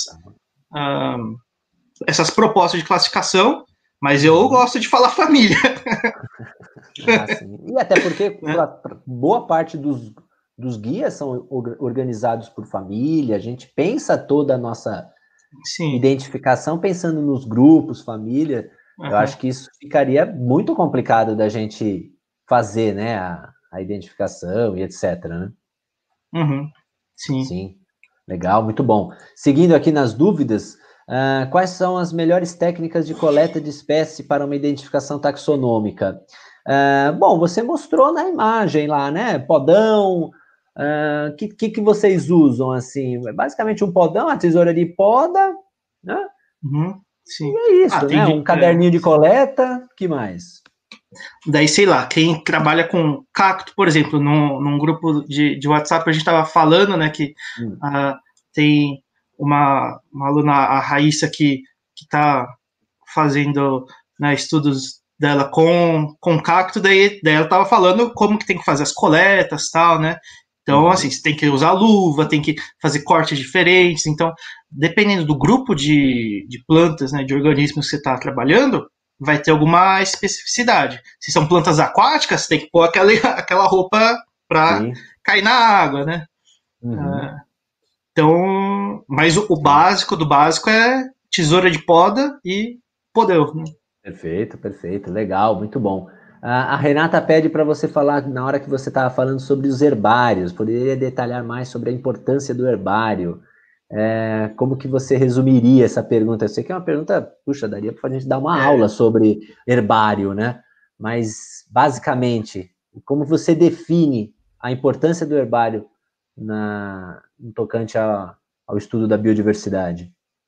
essas propostas de classificação, mas eu gosto de falar família. Sim. E até porque Né? boa parte dos guias são organizados por família, a gente pensa toda a nossa Sim. identificação pensando nos grupos, família. Eu acho que isso ficaria muito complicado da gente fazer, né, a identificação e etc, né? Uhum. Sim. Sim, legal, muito bom. Seguindo aqui nas dúvidas, quais são as melhores técnicas de coleta de espécie para uma identificação taxonômica? Bom, você mostrou na imagem lá, né? Podão. O que vocês usam assim? Basicamente um podão, a tesoura de poda, né? Uhum. Sim. E é isso, né? Um caderninho de coleta, que mais? Daí, sei lá, quem trabalha com cacto, por exemplo, num grupo de WhatsApp, a gente estava falando, né, que tem uma aluna, a Raíssa, que está fazendo, né, estudos dela com cacto, daí ela estava falando como que tem que fazer as coletas, tal, né? Então, assim, você tem que usar luva, tem que fazer cortes diferentes. Então, dependendo do grupo de plantas, né, de organismos que você está trabalhando, vai ter alguma especificidade. Se são plantas aquáticas, você tem que pôr aquela roupa para cair na água, né? Então, mas o básico do básico é tesoura de poda e podeu, né? Perfeito, perfeito, legal, muito bom. A Renata pede para você falar, na hora que você estava falando sobre os herbários, poderia detalhar mais sobre a importância do herbário? Como que você resumiria essa pergunta? Eu sei que é uma pergunta, puxa, daria para a gente dar uma aula sobre herbário, né? Mas, basicamente, como você define a importância do herbário no tocante ao estudo da biodiversidade?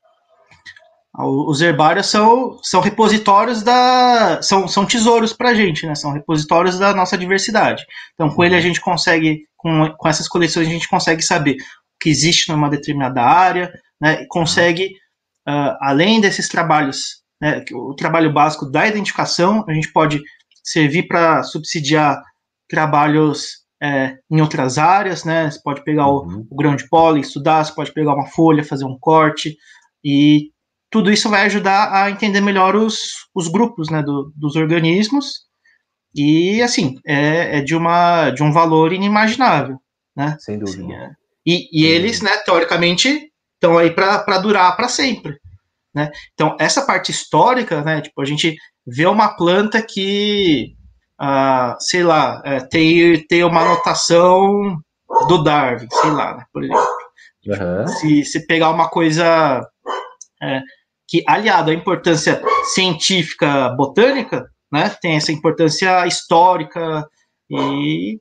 Os herbários são repositórios são tesouros para a gente, né? São repositórios da nossa diversidade. Então, com ele a gente consegue, com essas coleções, a gente consegue saber o que existe numa determinada área, né? E consegue, além desses trabalhos, né, o trabalho básico da identificação, a gente pode servir para subsidiar trabalhos em outras áreas, né? Você pode pegar o grão de pólen, estudar, você pode pegar uma folha, fazer um corte, e tudo isso vai ajudar a entender melhor os grupos, né, dos organismos, e assim, é de um valor inimaginável, né? Sem dúvida. Assim, e eles, né, teoricamente, estão aí para durar para sempre, né? Então, essa parte histórica, né, tipo, a gente vê uma planta que, sei lá, tem uma anotação do Darwin, sei lá, né, por exemplo. Se pegar uma coisa que, aliado à importância científica botânica, né, tem essa importância histórica e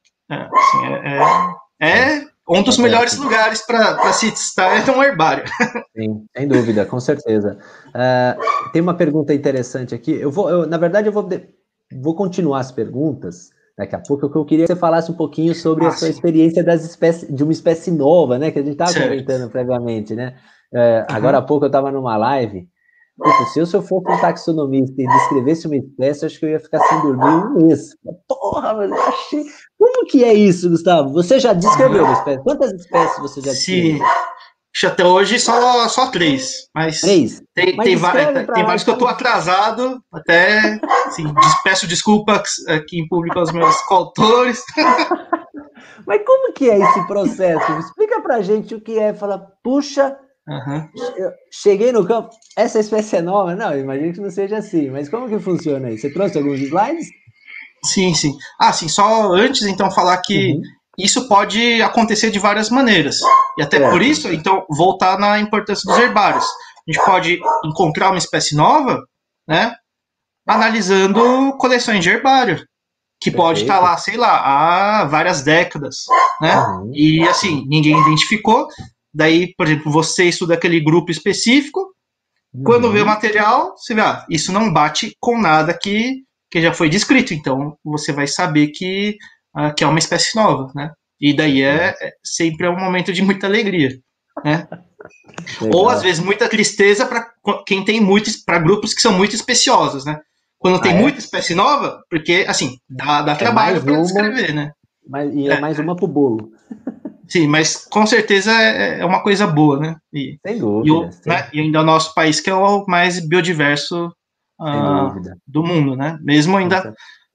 um dos melhores lugares para se estar é um herbário. Sim, sem dúvida, com certeza. Tem uma pergunta interessante aqui. Na verdade, eu vou continuar as perguntas daqui a pouco. Eu queria que você falasse um pouquinho sobre a sua experiência de uma espécie nova, né? Que a gente estava comentando previamente, né? Agora há pouco eu estava numa live Tipo, se eu fosse um taxonomista e descrevesse uma espécie, acho que eu ia ficar sem dormir um mês. Porra, mas eu achei... Como que é isso, Gustavo? Você já descreveu uma espécie? Quantas espécies você já descreveu? Sim, até hoje só 3, mas 3? Mas descreve para tem nós vários que eu tô como... atrasado, até assim, peço desculpas aqui em público aos meus coautores. Mas como que é esse processo? Explica pra gente o que é. Fala, puxa, eu cheguei no campo, essa espécie é nova? Não, eu imagino que não seja assim, mas como que funciona aí? Você trouxe alguns slides? Sim, sim. Ah, sim, só antes, então, falar que isso pode acontecer de várias maneiras. E até por isso, então, voltar na importância dos herbários. A gente pode encontrar uma espécie nova, né, analisando coleções de herbário, que pode estar lá, sei lá, há várias décadas, né? E, assim, ninguém identificou. Daí, por exemplo, você estuda aquele grupo específico, quando vê o material, você vê, isso não bate com nada que já foi descrito, então você vai saber que é uma espécie nova, né? E daí sempre um momento de muita alegria, né? Ou às vezes muita tristeza para quem tem muitos, para grupos que são muito especiosos, né? Quando tem muita espécie nova, porque assim dá trabalho para descrever, né? É mais uma pro bolo. Sim, mas com certeza é uma coisa boa, né? Sem dúvida. E ainda o nosso país que é o mais biodiverso do mundo, né? Mesmo ainda.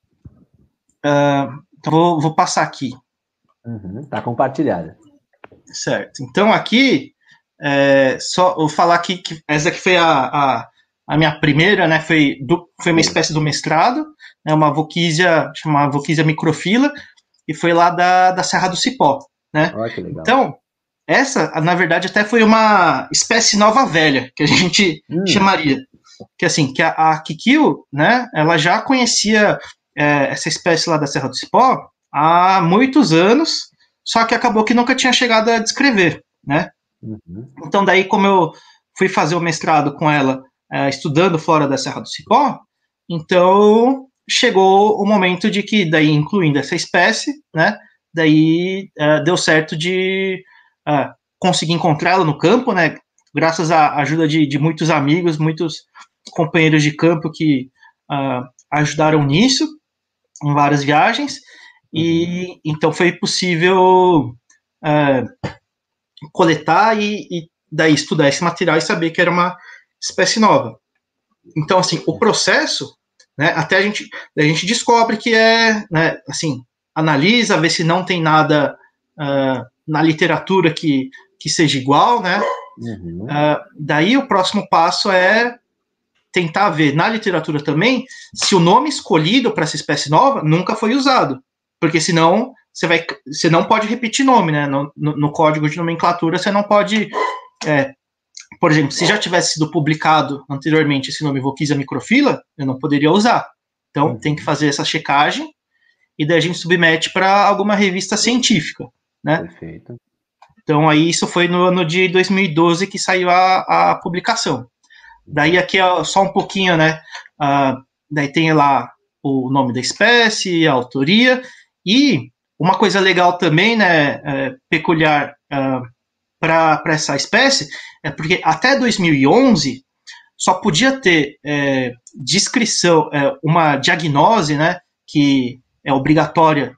Então vou passar aqui. Tá compartilhada. Certo. Então aqui só vou falar que essa aqui foi a minha primeira, né? Foi uma espécie do mestrado, né? Uma Voquisia, chamada Voquisia microfila, e foi lá da Serra do Cipó, né? Olha que legal. Então essa, na verdade, até foi uma espécie nova velha, que a gente chamaria. Que assim, que a Kikyo, né, ela já conhecia essa espécie lá da Serra do Cipó há muitos anos, só que acabou que nunca tinha chegado a descrever, né? Então daí, como eu fui fazer o mestrado com ela, estudando fora da Serra do Cipó, então chegou o momento de que, daí incluindo essa espécie, né, daí deu certo de conseguir encontrá-la no campo, né, graças à ajuda de muitos amigos, muitos companheiros de campo que ajudaram nisso, em várias viagens, e então foi possível coletar e daí estudar esse material e saber que era uma espécie nova. Então, assim, o processo, né, até a gente descobre que né, assim, analisa, vê se não tem nada na literatura que seja igual, né? Daí o próximo passo é tentar ver na literatura também se o nome escolhido para essa espécie nova nunca foi usado, porque senão você não pode repetir nome, né? No código de nomenclatura você não pode, por exemplo, se já tivesse sido publicado anteriormente esse nome Voquisia microfila, eu não poderia usar. Então tem que fazer essa checagem e daí a gente submete para alguma revista científica, né? Perfeito. Então aí isso foi no ano de 2012 que saiu a publicação. Daí aqui é só um pouquinho, né? Daí tem lá o nome da espécie, a autoria, e uma coisa legal também, né, peculiar para essa espécie, é porque até 2011 só podia ter descrição, uma diagnose, né, que é obrigatória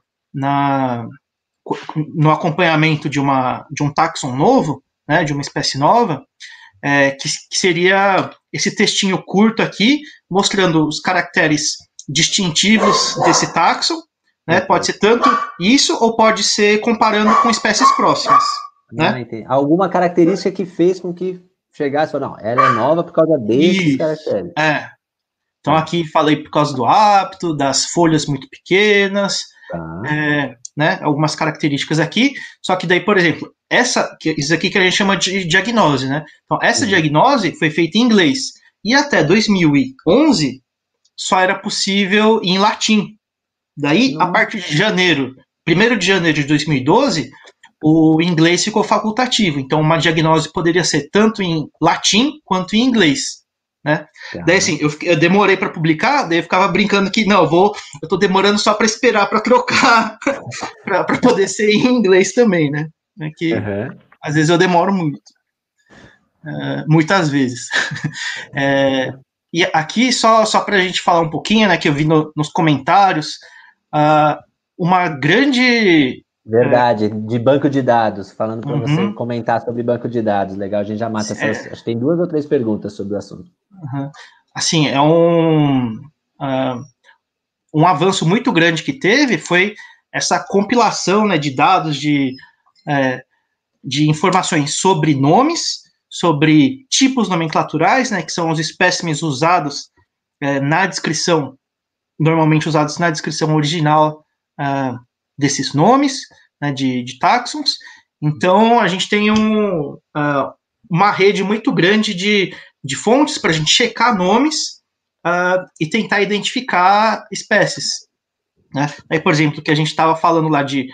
no acompanhamento de um taxon novo, né, de uma espécie nova, que seria esse textinho curto aqui, mostrando os caracteres distintivos desse taxon, né? Pode ser tanto isso ou pode ser comparando com espécies próximas. Né? Alguma característica que fez com que chegasse e falou, não, ela é nova por causa desses caracteres. Então aqui falei por causa do hábito, das folhas muito pequenas, né, algumas características aqui, só que daí, por exemplo, isso aqui que a gente chama de diagnose, né? Então, essa diagnose foi feita em inglês, e até 2011 só era possível em latim. Daí, a partir de 1º de janeiro de 2012, o inglês ficou facultativo, então uma diagnose poderia ser tanto em latim quanto em inglês. Né? Daí assim, eu demorei para publicar, daí eu ficava brincando que não, eu tô demorando só para esperar para trocar para poder ser em inglês também, né? Que às vezes eu demoro muito. muitas vezes. E aqui, só para a gente falar um pouquinho, né, que eu vi nos comentários, uma grande... Verdade, de banco de dados, falando para você Uhum, comentar sobre banco de dados. Legal, a gente já mata essas. Acho que tem 2 ou 3 perguntas sobre o assunto. assim, um avanço muito grande que teve foi essa compilação, né, de dados, de informações sobre nomes, sobre tipos nomenclaturais, né, que são os espécimes usados na descrição, normalmente usados na descrição original desses nomes, né, de táxons. Então, a gente tem uma rede muito grande de fontes para a gente checar nomes e tentar identificar espécies. Né? Aí, por exemplo, que a gente estava falando lá de...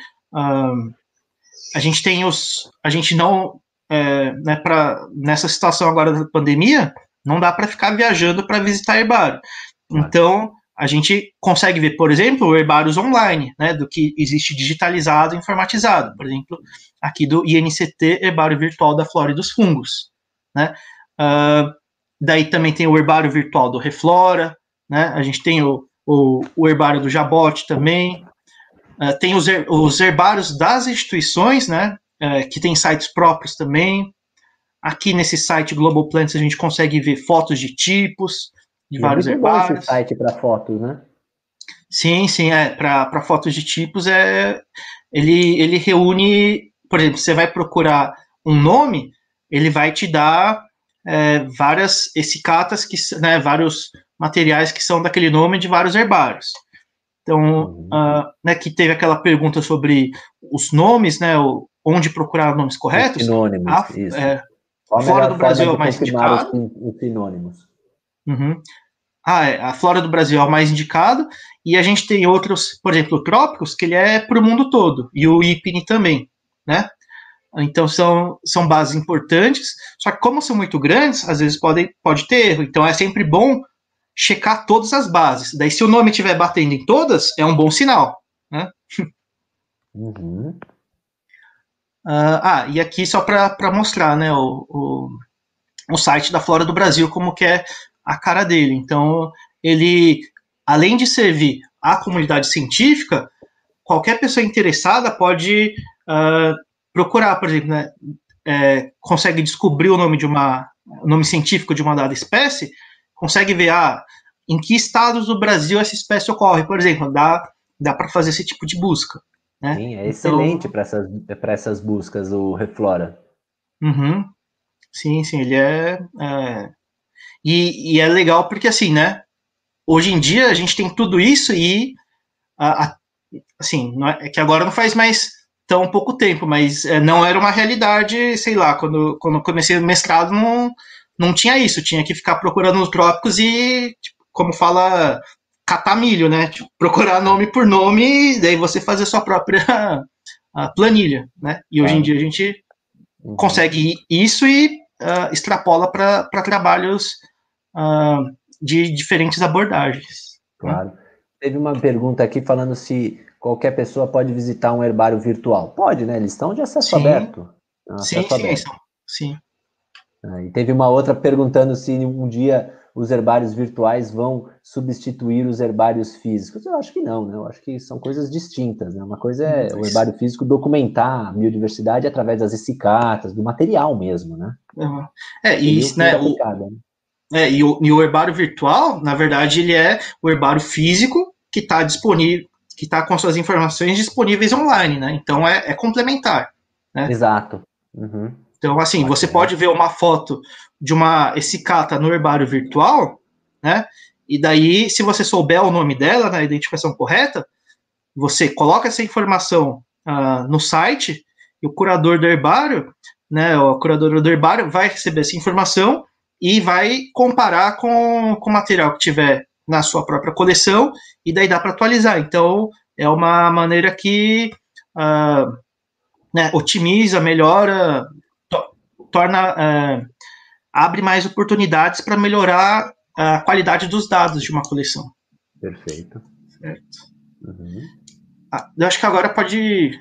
a gente tem a gente não... né, nessa situação agora da pandemia, não dá para ficar viajando para visitar herbário. Então, a gente consegue ver, por exemplo, herbários online, né, do que existe digitalizado e informatizado. Por exemplo, aqui do INCT, Herbário Virtual da Flora e dos Fungos. Né? Daí também tem o herbário virtual do Reflora, né? A gente tem o herbário do Jabote também. Tem os herbários das instituições, né? Que tem sites próprios também. Aqui nesse site Global Plants a gente consegue ver fotos de tipos, de vários muito bom esse herbários. site para fotos, né? Sim, para fotos de tipos ele reúne, por exemplo, você vai procurar um nome, ele vai te dar várias essicatas, né, vários materiais que são daquele nome de vários herbários. Então, né, que teve aquela pergunta sobre os nomes, né, onde procurar nomes corretos. Os sinônimos, isso. Qual a Flora melhor do forma Brasil é de o mais confirmar indicado. os sinônimos? Uhum. A Flora do Brasil é o mais indicado, e a gente tem outros, por exemplo, o Trópicos, que ele é para o mundo todo, e o IPNI também, né? Então são bases importantes, só que como são muito grandes, às vezes pode ter erro, então é sempre bom checar todas as bases. Daí se o nome estiver batendo em todas, é um bom sinal, né? Uhum. E aqui só para mostrar, né, o site da Flora do Brasil, como que é a cara dele. Então, ele, além de servir à comunidade científica, qualquer pessoa interessada pode procurar, por exemplo, né, consegue descobrir o nome científico de uma dada espécie, consegue ver em que estados do Brasil essa espécie ocorre. Por exemplo, dá para fazer esse tipo de busca. Né? Sim, é Então, excelente para essas buscas, o Reflora. Uhum, sim, ele e é legal porque, assim, né? Hoje em dia a gente tem tudo isso e, assim, é que agora não faz mais tão pouco tempo, mas não era uma realidade, sei lá, quando eu comecei o mestrado não tinha isso, tinha que ficar procurando nos trópicos e, tipo, como fala, catar milho, né? Tipo, procurar nome por nome e daí você fazer sua própria planilha, né? E hoje em dia a gente consegue isso e extrapola para trabalhos de diferentes abordagens. Claro. Teve uma pergunta aqui falando se qualquer pessoa pode visitar um herbário virtual. Pode, né? Eles estão de acesso Sim, aberto. sim, Acesso aberto. sim. E teve uma outra perguntando se um dia os herbários virtuais vão substituir os herbários físicos. Eu acho que não, né? Eu acho que são coisas distintas, né? Uma coisa é o herbário físico documentar a biodiversidade através das essicatas, do material mesmo, né? E, Seria o fim né, da picada, né? e o herbário virtual, na verdade, ele é o herbário físico que está disponível, que está com suas informações disponíveis online, né? Então é complementar, né? Exato. Uhum. Então, assim, Bacana. você pode ver uma foto de uma essicata no herbário virtual, né? E daí, se você souber o nome dela, na identificação correta, você coloca essa informação no site e o curador do herbário, né, a curadora do herbário vai receber essa informação e vai comparar com o material que tiver na sua própria coleção e daí dá para atualizar. Então, é uma maneira que né, otimiza, melhora, torna, abre mais oportunidades para melhorar a qualidade dos dados de uma coleção. Perfeito. Certo. Uhum. Eu acho que agora pode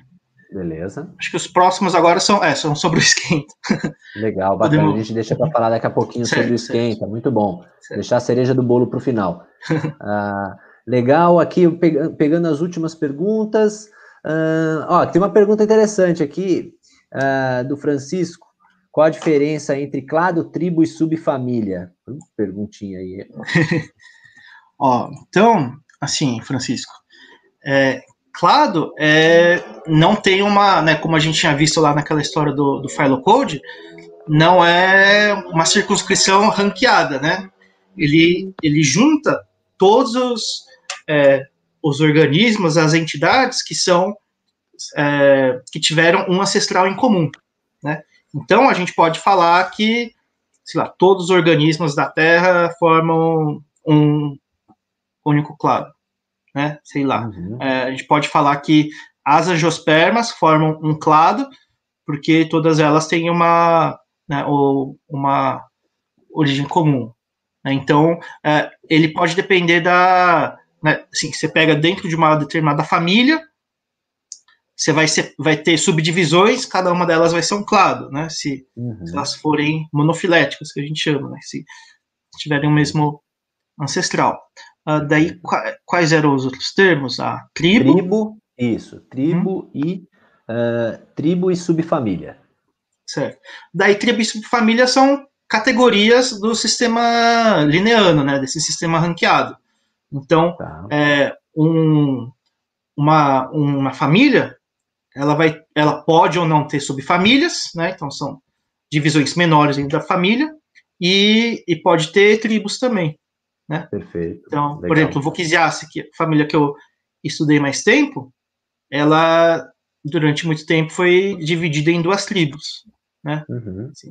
Beleza. Acho que os próximos agora são sobre o esquenta. Legal, bacana. Podemos... A gente deixa para falar daqui a pouquinho sobre o esquenta. Muito bom. Certo. Deixar a cereja do bolo para o final. Legal, aqui pegando as últimas perguntas. Tem uma pergunta interessante aqui do Francisco. Qual a diferença entre clado, tribo e subfamília? Perguntinha aí. Então, assim, Francisco, clado não tem uma, né, como a gente tinha visto lá naquela história do Phylocode, não é uma circunscrição ranqueada, né? Ele junta todos os organismos, as entidades que tiveram um ancestral em comum, né? Então a gente pode falar que, sei lá, todos os organismos da Terra formam um único clado, né? Sei lá. Uhum. A gente pode falar que as angiospermas formam um clado, porque todas elas têm uma origem comum. Né? Então, ele pode depender assim, você pega dentro de uma determinada família, você vai ter subdivisões, cada uma delas vai ser um clado, né? Se elas forem monofiléticas, que a gente chama, né? Se tiverem o mesmo ancestral. Daí, quais eram os outros termos? A tribo. Tribo, isso. Tribo tribo e subfamília. Certo. Daí, tribo e subfamília são categorias do sistema lineano, né? Desse sistema ranqueado. Então, uma família, ela pode ou não ter subfamílias, né? Então, são divisões menores dentro da família, e pode ter tribos também. Né? Perfeito. Então, Legal. por exemplo, o Vukiziase, que é a família que eu estudei mais tempo, ela, durante muito tempo, foi dividida em 2 tribos. Né? Assim,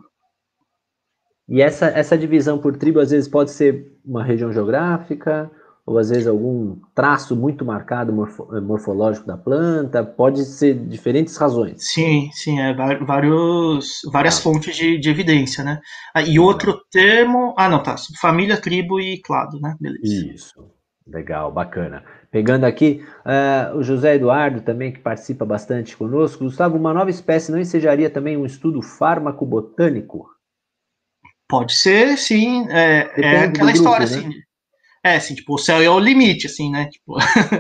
E essa divisão por tribo, às vezes, pode ser uma região geográfica, ou às vezes algum traço muito marcado morfológico da planta, pode ser diferentes razões. Sim, várias fontes de evidência, né? E outro termo... família, tribo e clado, né? Beleza. Isso, legal, bacana. Pegando aqui, o José Eduardo também, que participa bastante conosco. Gustavo, uma nova espécie não ensejaria também um estudo fármaco-botânico? Pode ser, sim. É aquela do grupo, história, né? assim. Assim, tipo, o céu é o limite, assim, né? Tipo,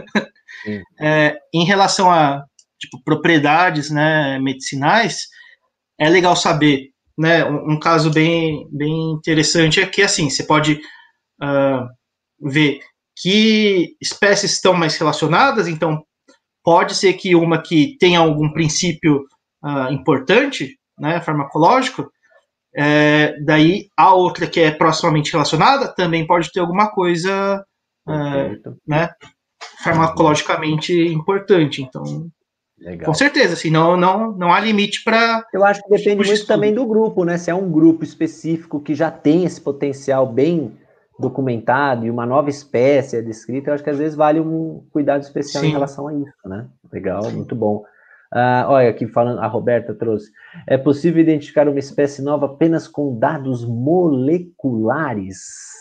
em relação a propriedades, né, medicinais, é legal saber, né? Um caso bem interessante é que, assim, você pode ver que espécies estão mais relacionadas, então pode ser que uma que tenha algum princípio importante, né, farmacológico, daí a outra que é proximamente relacionada também pode ter alguma coisa né, farmacologicamente importante. Então, legal. Com certeza, assim, não há limite para... Eu acho que depende muito também do grupo, né? Se é um grupo específico que já tem esse potencial bem documentado e uma nova espécie é descrita, eu acho que às vezes vale um cuidado especial em relação a isso, né? Legal, muito bom. Olha, aqui falando, a Roberta trouxe. É possível identificar uma espécie nova apenas com dados moleculares?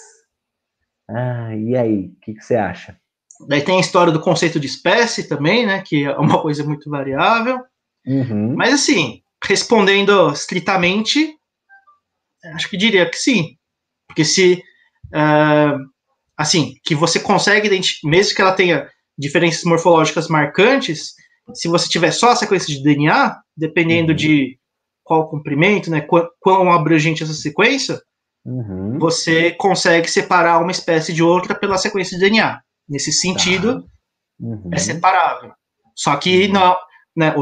E aí, o que você acha? Daí tem a história do conceito de espécie também, né? Que é uma coisa muito variável. Mas, assim, respondendo estritamente, acho que diria que sim. Porque se... assim, que você consegue identificar, mesmo que ela tenha diferenças morfológicas marcantes, se você tiver só a sequência de DNA, dependendo de qual comprimento, né, quão abrangente essa sequência, você consegue separar uma espécie de outra pela sequência de DNA. Nesse sentido, é separável. Só que não, né,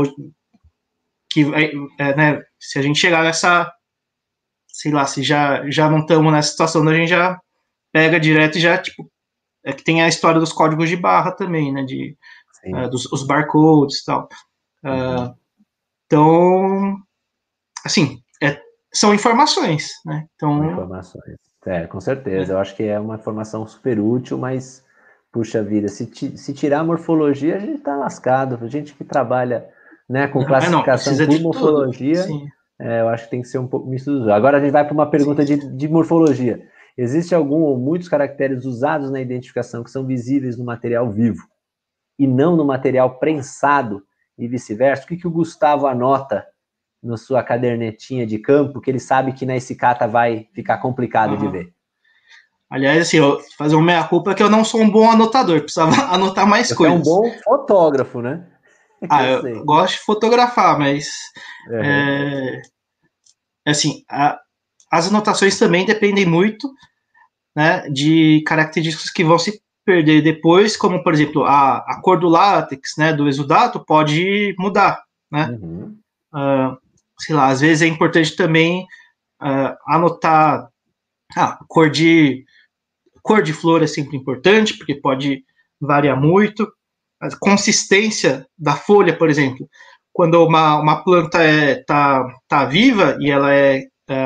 né, se a gente chegar nessa, sei lá, se já não estamos nessa situação, a gente já pega direto e já, tipo, que tem a história dos códigos de barra também, né, dos barcodes e tal. Então, assim, são informações, né? Então, informações. Com certeza. Eu acho que é uma informação super útil, mas, puxa vida, se tirar a morfologia, a gente está lascado. A gente que trabalha, né, com classificação por morfologia, eu acho que tem que ser um pouco misto dos dois. Agora a gente vai para uma pergunta de morfologia. Existe algum ou muitos caracteres usados na identificação que são visíveis no material vivo e não no material prensado e vice-versa? O que o Gustavo anota na sua cadernetinha de campo que ele sabe que na escicata vai ficar complicado de ver? Aliás, assim, fazer uma meia-culpa que eu não sou um bom anotador, precisava anotar mais Você é um coisas. bom fotógrafo, né? Eu gosto de fotografar, mas assim, as anotações também dependem muito, né, de características que vão se perder depois, como, por exemplo, a cor do látex, né, do exudato pode mudar, né? Sei lá, às vezes é importante também anotar cor de flor é sempre importante, porque pode variar muito. A consistência da folha, por exemplo, quando uma planta tá viva e ela é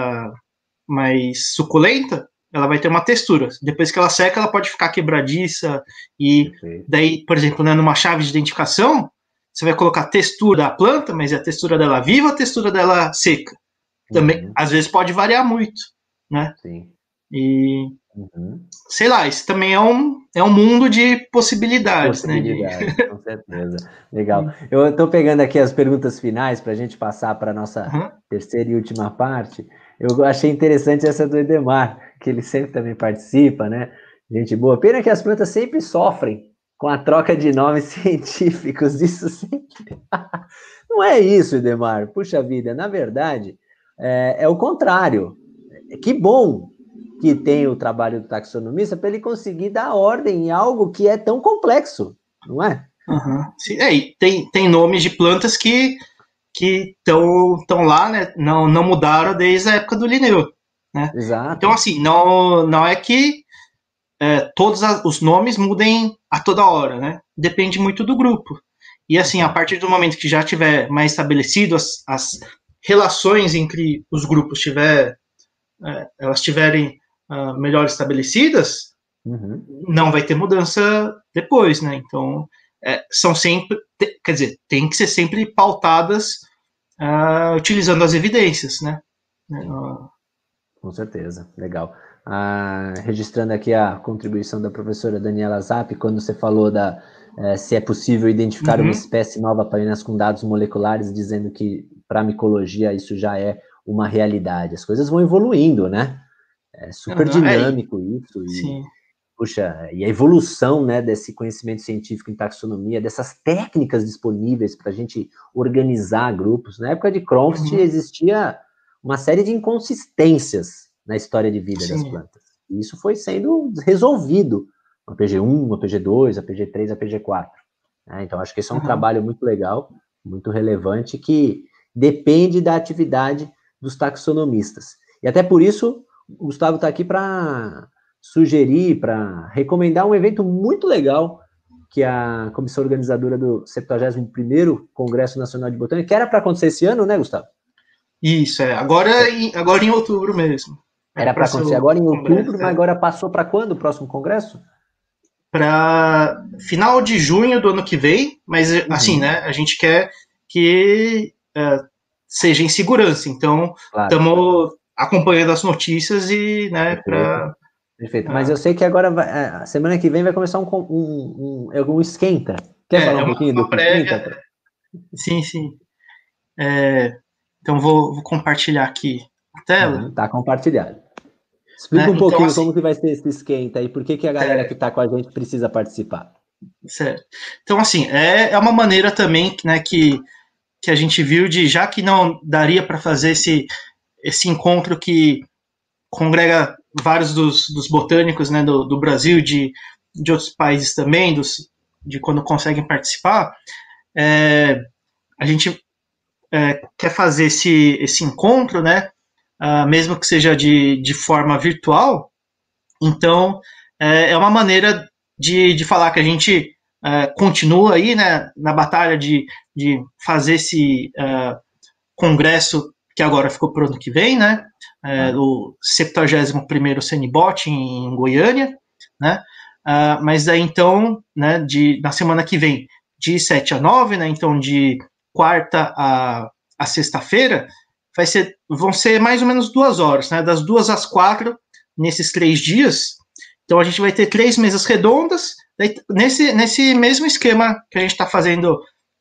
mais suculenta, ela vai ter uma textura. Depois que ela seca, ela pode ficar quebradiça. E daí, por exemplo, né, numa chave de identificação, você vai colocar a textura da planta, mas é a textura dela viva, a textura dela seca. Também, às vezes pode variar muito, né? Sim. E sei lá, isso também é um mundo de possibilidades, né? Com certeza. Legal. Eu estou pegando aqui as perguntas finais para a gente passar para a nossa terceira e última parte. Eu achei interessante essa do Edemar, que ele sempre também participa, né? Gente boa. Pena que as plantas sempre sofrem com a troca de nomes científicos. Isso sempre. Não é isso, Edemar. Puxa vida, na verdade, é o contrário. Que bom que tem o trabalho do taxonomista para ele conseguir dar ordem em algo que é tão complexo, não é? Sim, e tem nomes de plantas que estão lá, né? Não mudaram desde a época do Linneu, né? Exato. Então, assim, não é que todos os nomes mudem a toda hora, né? Depende muito do grupo. E, assim, a partir do momento que já tiver mais estabelecido as relações entre os grupos elas tiverem melhor estabelecidas, não vai ter mudança depois, né? Então, são sempre, quer dizer, tem que ser sempre pautadas utilizando as evidências, né? Com certeza, legal. Registrando aqui a contribuição da professora Daniela Zappi, quando você falou se é possível identificar uma espécie nova apenas com dados moleculares, dizendo que para a micologia isso já é uma realidade. As coisas vão evoluindo, né? É super dinâmico isso. Sim. Puxa, e a evolução, né, desse conhecimento científico em taxonomia, dessas técnicas disponíveis para a gente organizar grupos. Na época de Cronst existia uma série de inconsistências na história de vida das plantas. E isso foi sendo resolvido no PG1, no PG2, a PG3, a PG4. Então, acho que esse é um trabalho muito legal, muito relevante, que depende da atividade dos taxonomistas. E até por isso, o Gustavo está aqui para sugerir, para recomendar um evento muito legal que a comissão organizadora do 71º Congresso Nacional de Botânica, que era para acontecer esse ano, né, Gustavo? Isso, agora em outubro mesmo. Era para acontecer agora em outubro, mas agora passou para quando o próximo congresso? Para final de junho do ano que vem, mas assim, né, a gente quer que seja em segurança, então estamos acompanhando as notícias e, né, para... Perfeito, mas eu sei que agora, semana que vem vai começar algum esquenta. Quer falar um pouquinho do esquenta? Sim. Então vou compartilhar aqui a tela. Tá compartilhado. Explica um pouquinho assim, como que vai ser esse esquenta e por que a galera que está com a gente precisa participar. Certo. Então, assim, é uma maneira também, né, que a gente viu já que não daria para fazer esse encontro que congrega vários dos botânicos, né, do Brasil, de outros países também, de quando conseguem participar, a gente quer fazer esse encontro, né, mesmo que seja de forma virtual. Então, é uma maneira de falar que a gente continua aí, né, na batalha de fazer esse congresso que agora ficou para o ano que vem, né, o 71º CNBOT em Goiânia, né, mas daí então, né, na semana que vem, de 7 a 9, né, então de quarta a sexta-feira, vão ser mais ou menos 2 horas, né, das 2 às 4, nesses 3 dias. Então a gente vai ter 3 mesas redondas, nesse mesmo esquema que a gente está fazendo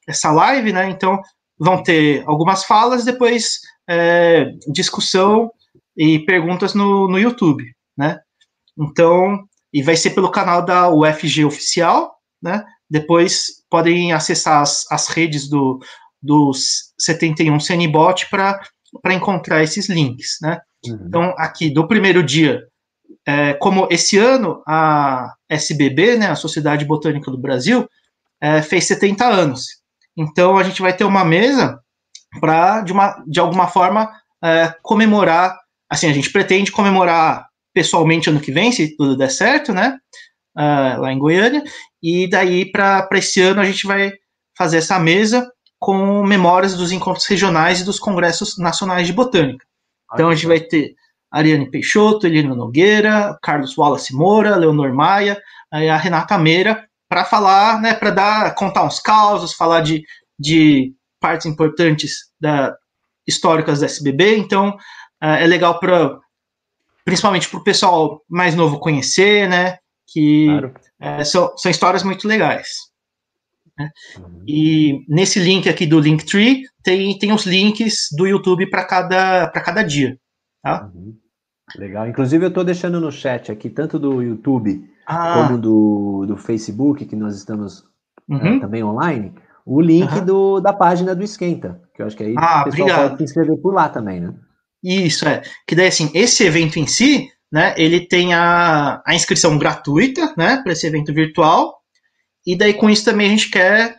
essa live, né? Então vão ter algumas falas, depois discussão e perguntas no YouTube, né? Então, e vai ser pelo canal da UFG Oficial, né? Depois podem acessar as redes dos 71 CNBot para encontrar esses links, né? Uhum. Então, aqui do primeiro dia, como esse ano a SBB, né, a Sociedade Botânica do Brasil, fez 70 anos. Então, a gente vai ter uma mesa para, de alguma forma, comemorar. Assim, a gente pretende comemorar pessoalmente ano que vem, se tudo der certo, né? Lá em Goiânia. E daí, para esse ano, a gente vai fazer essa mesa com memórias dos encontros regionais e dos congressos nacionais de botânica. Então, a gente vai ter Ariane Peixoto, Helena Nogueira, Carlos Wallace Moura, Leonor Maia, a Renata Meira, para falar, né, para contar uns causos, falar de partes importantes históricas da SBB. Então, é legal principalmente para o pessoal mais novo conhecer, né, que são histórias muito legais. Né? Uhum. E nesse link aqui do Linktree tem os links do YouTube para cada dia. Tá? Uhum. Legal. Inclusive eu estou deixando no chat aqui, tanto do YouTube como do Facebook, que nós estamos também online, o link da página do Esquenta, que eu acho que aí o pessoal pode se inscrever por lá também, né? Isso, que daí assim, esse evento em si, né, ele tem a inscrição gratuita, né, para esse evento virtual, e daí com isso também a gente quer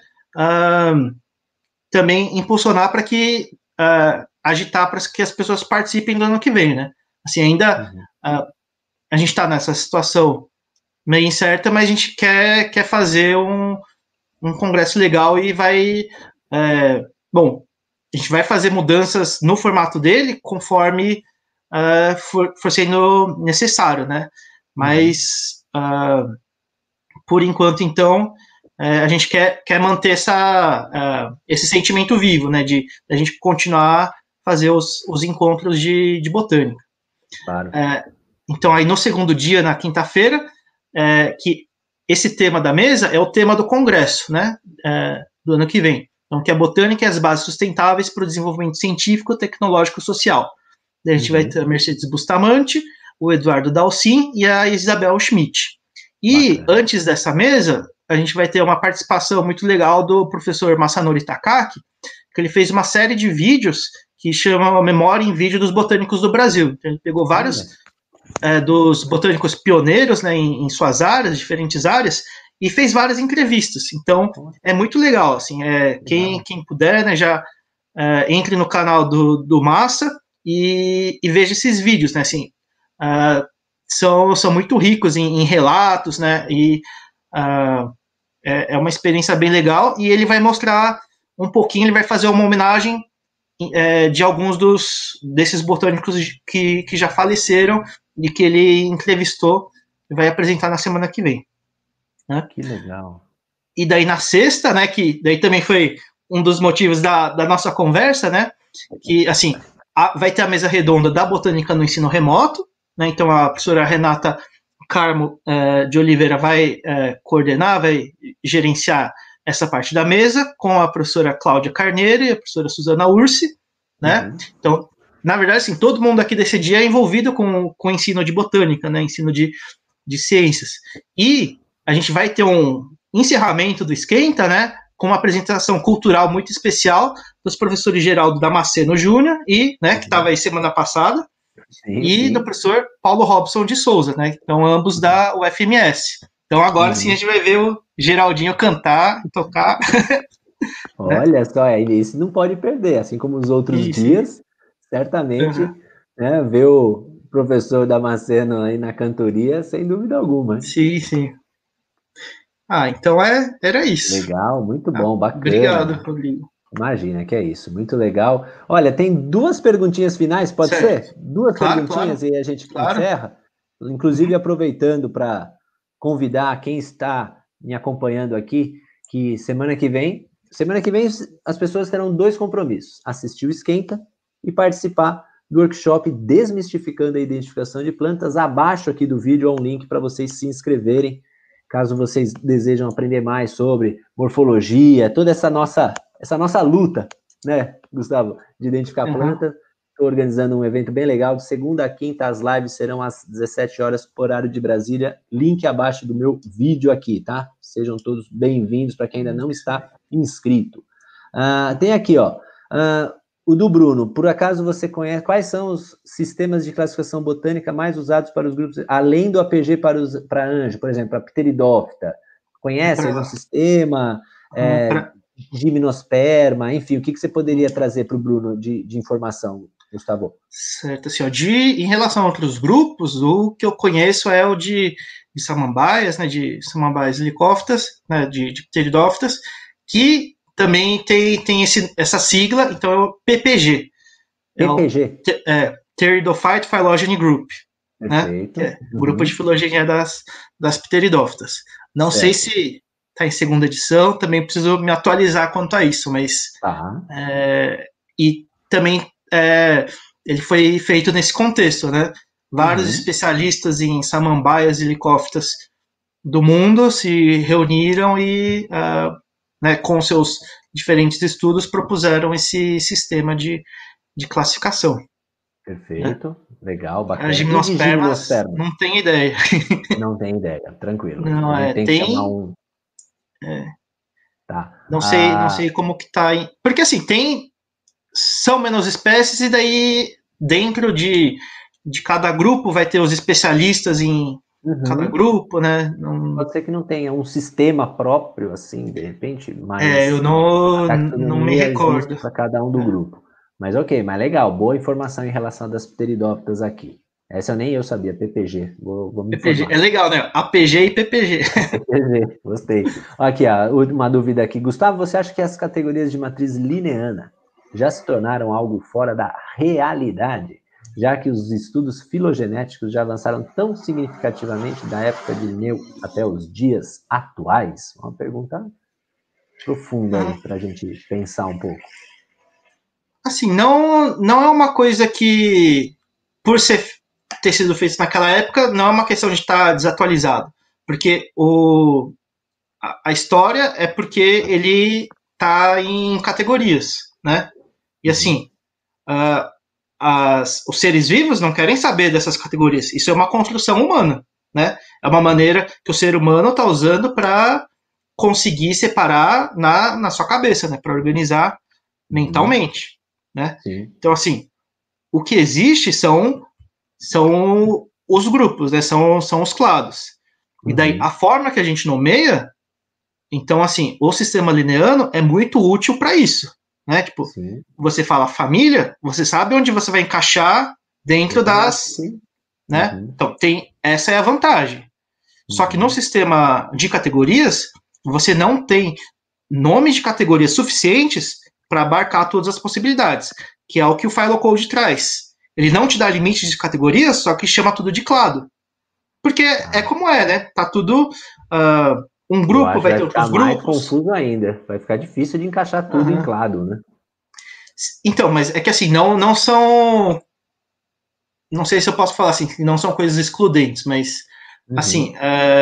também impulsionar para que agitar para que as pessoas participem do ano que vem, né? Assim, ainda a gente está nessa situação meio incerta, mas a gente quer fazer um congresso legal e vai... bom, a gente vai fazer mudanças no formato dele conforme for sendo necessário, né? Mas, por enquanto, então, a gente quer manter esse sentimento vivo, né? De a gente continuar a fazer os encontros de botânica. Claro. Então, aí no segundo dia, na quinta-feira, que esse tema da mesa é o tema do congresso, né? Do ano que vem. Então, que é a botânica e as bases sustentáveis para o desenvolvimento científico, tecnológico e social. Daí a gente vai ter a Mercedes Bustamante, o Eduardo Dalcin e a Isabel Schmidt. E antes dessa mesa, a gente vai ter uma participação muito legal do professor Masanori Takaki, que ele fez uma série de vídeos que chama Memória em Vídeo dos Botânicos do Brasil. Então, ele pegou vários dos botânicos pioneiros, né, em suas áreas, diferentes áreas, e fez várias entrevistas. Então, é muito legal. Assim, quem puder, né, já entre no canal do Massa e veja esses vídeos. Né, assim, são muito ricos em relatos, né, e é uma experiência bem legal. E ele vai mostrar um pouquinho, ele vai fazer uma homenagem de alguns desses botânicos que já faleceram e que ele entrevistou e vai apresentar na semana que vem. Né? Que legal. E daí na sexta, né, que daí também foi um dos motivos da nossa conversa, né, que assim, vai ter a mesa redonda da botânica no ensino remoto, né, então a professora Renata Carmo de Oliveira vai coordenar, vai gerenciar essa parte da mesa, com a professora Cláudia Carneiro e a professora Suzana Ursi, né, então, na verdade, assim, todo mundo aqui desse dia é envolvido com o ensino de botânica, né, ensino de ciências, e a gente vai ter um encerramento do Esquenta, né, com uma apresentação cultural muito especial dos professores Geraldo Damasceno Júnior, né, que estava aí semana passada, do professor Paulo Robson de Souza, né, então ambos da UFMS. Então agora sim a gente vai ver o Geraldinho cantar e tocar. Olha só, esse não pode perder, assim como os outros dias, certamente, né, ver o professor Damasceno aí na cantoria, sem dúvida alguma. Hein? Sim, sim. Então era isso. Legal, muito bom, bacana. Obrigado, Rodrigo. Imagina que é isso, muito legal. Olha, tem duas perguntinhas finais, pode ser? Duas perguntinhas e a gente encerra. Inclusive aproveitando para convidar quem está me acompanhando aqui, que semana que vem as pessoas terão dois compromissos: assistir o Esquenta e participar do workshop Desmistificando a Identificação de Plantas. Abaixo aqui do vídeo há um link para vocês se inscreverem. caso vocês desejam aprender mais sobre morfologia, toda essa nossa luta, né, Gustavo, de identificar planta. Estou organizando um evento bem legal, de segunda a quinta, as lives serão às 17 horas, horário de Brasília, link abaixo do meu vídeo aqui, tá? Sejam todos bem-vindos, para quem ainda não está inscrito. Tem aqui, ó, o do Bruno, por acaso você conhece, quais são os sistemas de classificação botânica mais usados para os grupos, além do APG para anjo, por exemplo, a Pteridófita, conhece algum sistema, Gimnosperma, enfim, o que você poderia trazer para o Bruno de informação, Gustavo? Certo, assim, ó, em relação a outros grupos, o que eu conheço é o de samambaias, né, de samambaias licófitas, né, de pteridófitas, que também tem essa sigla, então é o PPG. PPG. Pteridophyte Phylogeny Group. Perfeito. Né, grupo de filogenia das pteridófitas. Não sei se está em segunda edição, também preciso me atualizar quanto a isso, mas... e também... ele foi feito nesse contexto, né? Vários especialistas em samambaias e licófitas do mundo se reuniram e, né, com seus diferentes estudos, propuseram esse sistema de classificação. Perfeito, legal, bacana. As gimnospermas, não tem ideia. Não tem ideia, tranquilo. Tem que chamar um... Tá. Não sei como que tá. Porque assim, são menos espécies e daí dentro de cada grupo vai ter os especialistas em cada grupo, né? Pode ser que não tenha um sistema próprio, assim, de repente, mas eu não me recordo para cada um do grupo. Mas ok, mas legal, boa informação em relação das pteridófitas aqui. Essa nem eu sabia, PPG. Vou me PPG, é legal, né? APG e PPG. PPG, gostei. Aqui, uma dúvida aqui. Gustavo, você acha que as categorias de matriz lineana já se tornaram algo fora da realidade, já que os estudos filogenéticos já avançaram tão significativamente da época de Linneu até os dias atuais? Uma pergunta profunda aí para a gente pensar um pouco. Assim, não é uma coisa que, por ter sido feito naquela época, não é uma questão de estar desatualizado, porque a história é porque ele está em categorias, né? E assim, os seres vivos não querem saber dessas categorias. Isso é uma construção humana, né? É uma maneira que o ser humano está usando para conseguir separar na sua cabeça, né? Para organizar mentalmente, né? Então, assim, o que existe são os grupos, né? São os clados. E daí, a forma que a gente nomeia, então, assim, o sistema lineano é muito útil para isso. Né? Tipo, você fala família, você sabe onde você vai encaixar dentro das... Né? Então, essa é a vantagem. Só que no sistema de categorias, você não tem nomes de categorias suficientes para abarcar todas as possibilidades, que é o que o Phylocode traz. Ele não te dá limites de categorias, só que chama tudo de clado. Porque é como né? Tá tudo... um grupo vai ter outros grupos. Mais confuso ainda. Vai ficar difícil de encaixar tudo em clado, né? Então, mas é que assim, não são... Não sei se eu posso falar assim, não são coisas excludentes, mas assim,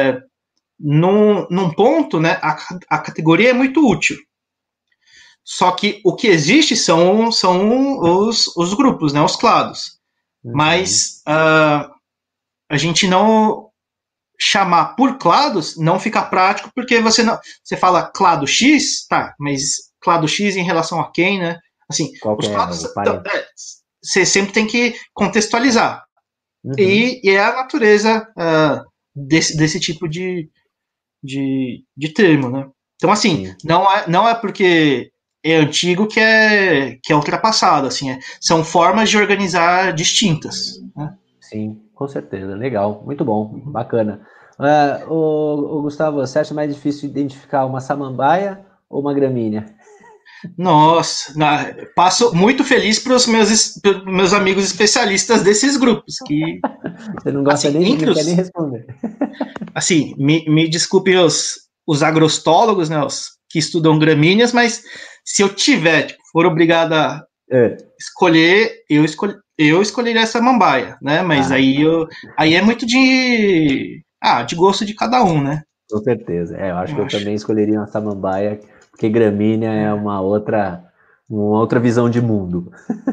num ponto, né, a categoria é muito útil. Só que o que existe são os grupos, né, os clados. Mas a gente não chamar por clados não fica prático, porque você fala clado X, tá, mas clado X em relação a quem, né? Assim, os clados, você sempre tem que contextualizar. E é a natureza desse tipo de termo, né? Então, assim, não é porque é antigo que é ultrapassado, assim, são formas de organizar distintas, né? Sim, com certeza, legal, muito bom, bacana. Gustavo, você acha mais difícil identificar uma samambaia ou uma gramínea? Nossa, passo muito feliz para os meus amigos especialistas desses grupos. Que, você não gosta nem de nem responder. Assim, me desculpem os agrostólogos, né, os que estudam gramíneas, mas se eu for obrigado a escolher, eu escolheria essa samambaia, né? Mas aí é muito de gosto de cada um, né? Com certeza. Eu acho que eu também escolheria uma samambaia, porque gramínea é uma outra visão de mundo.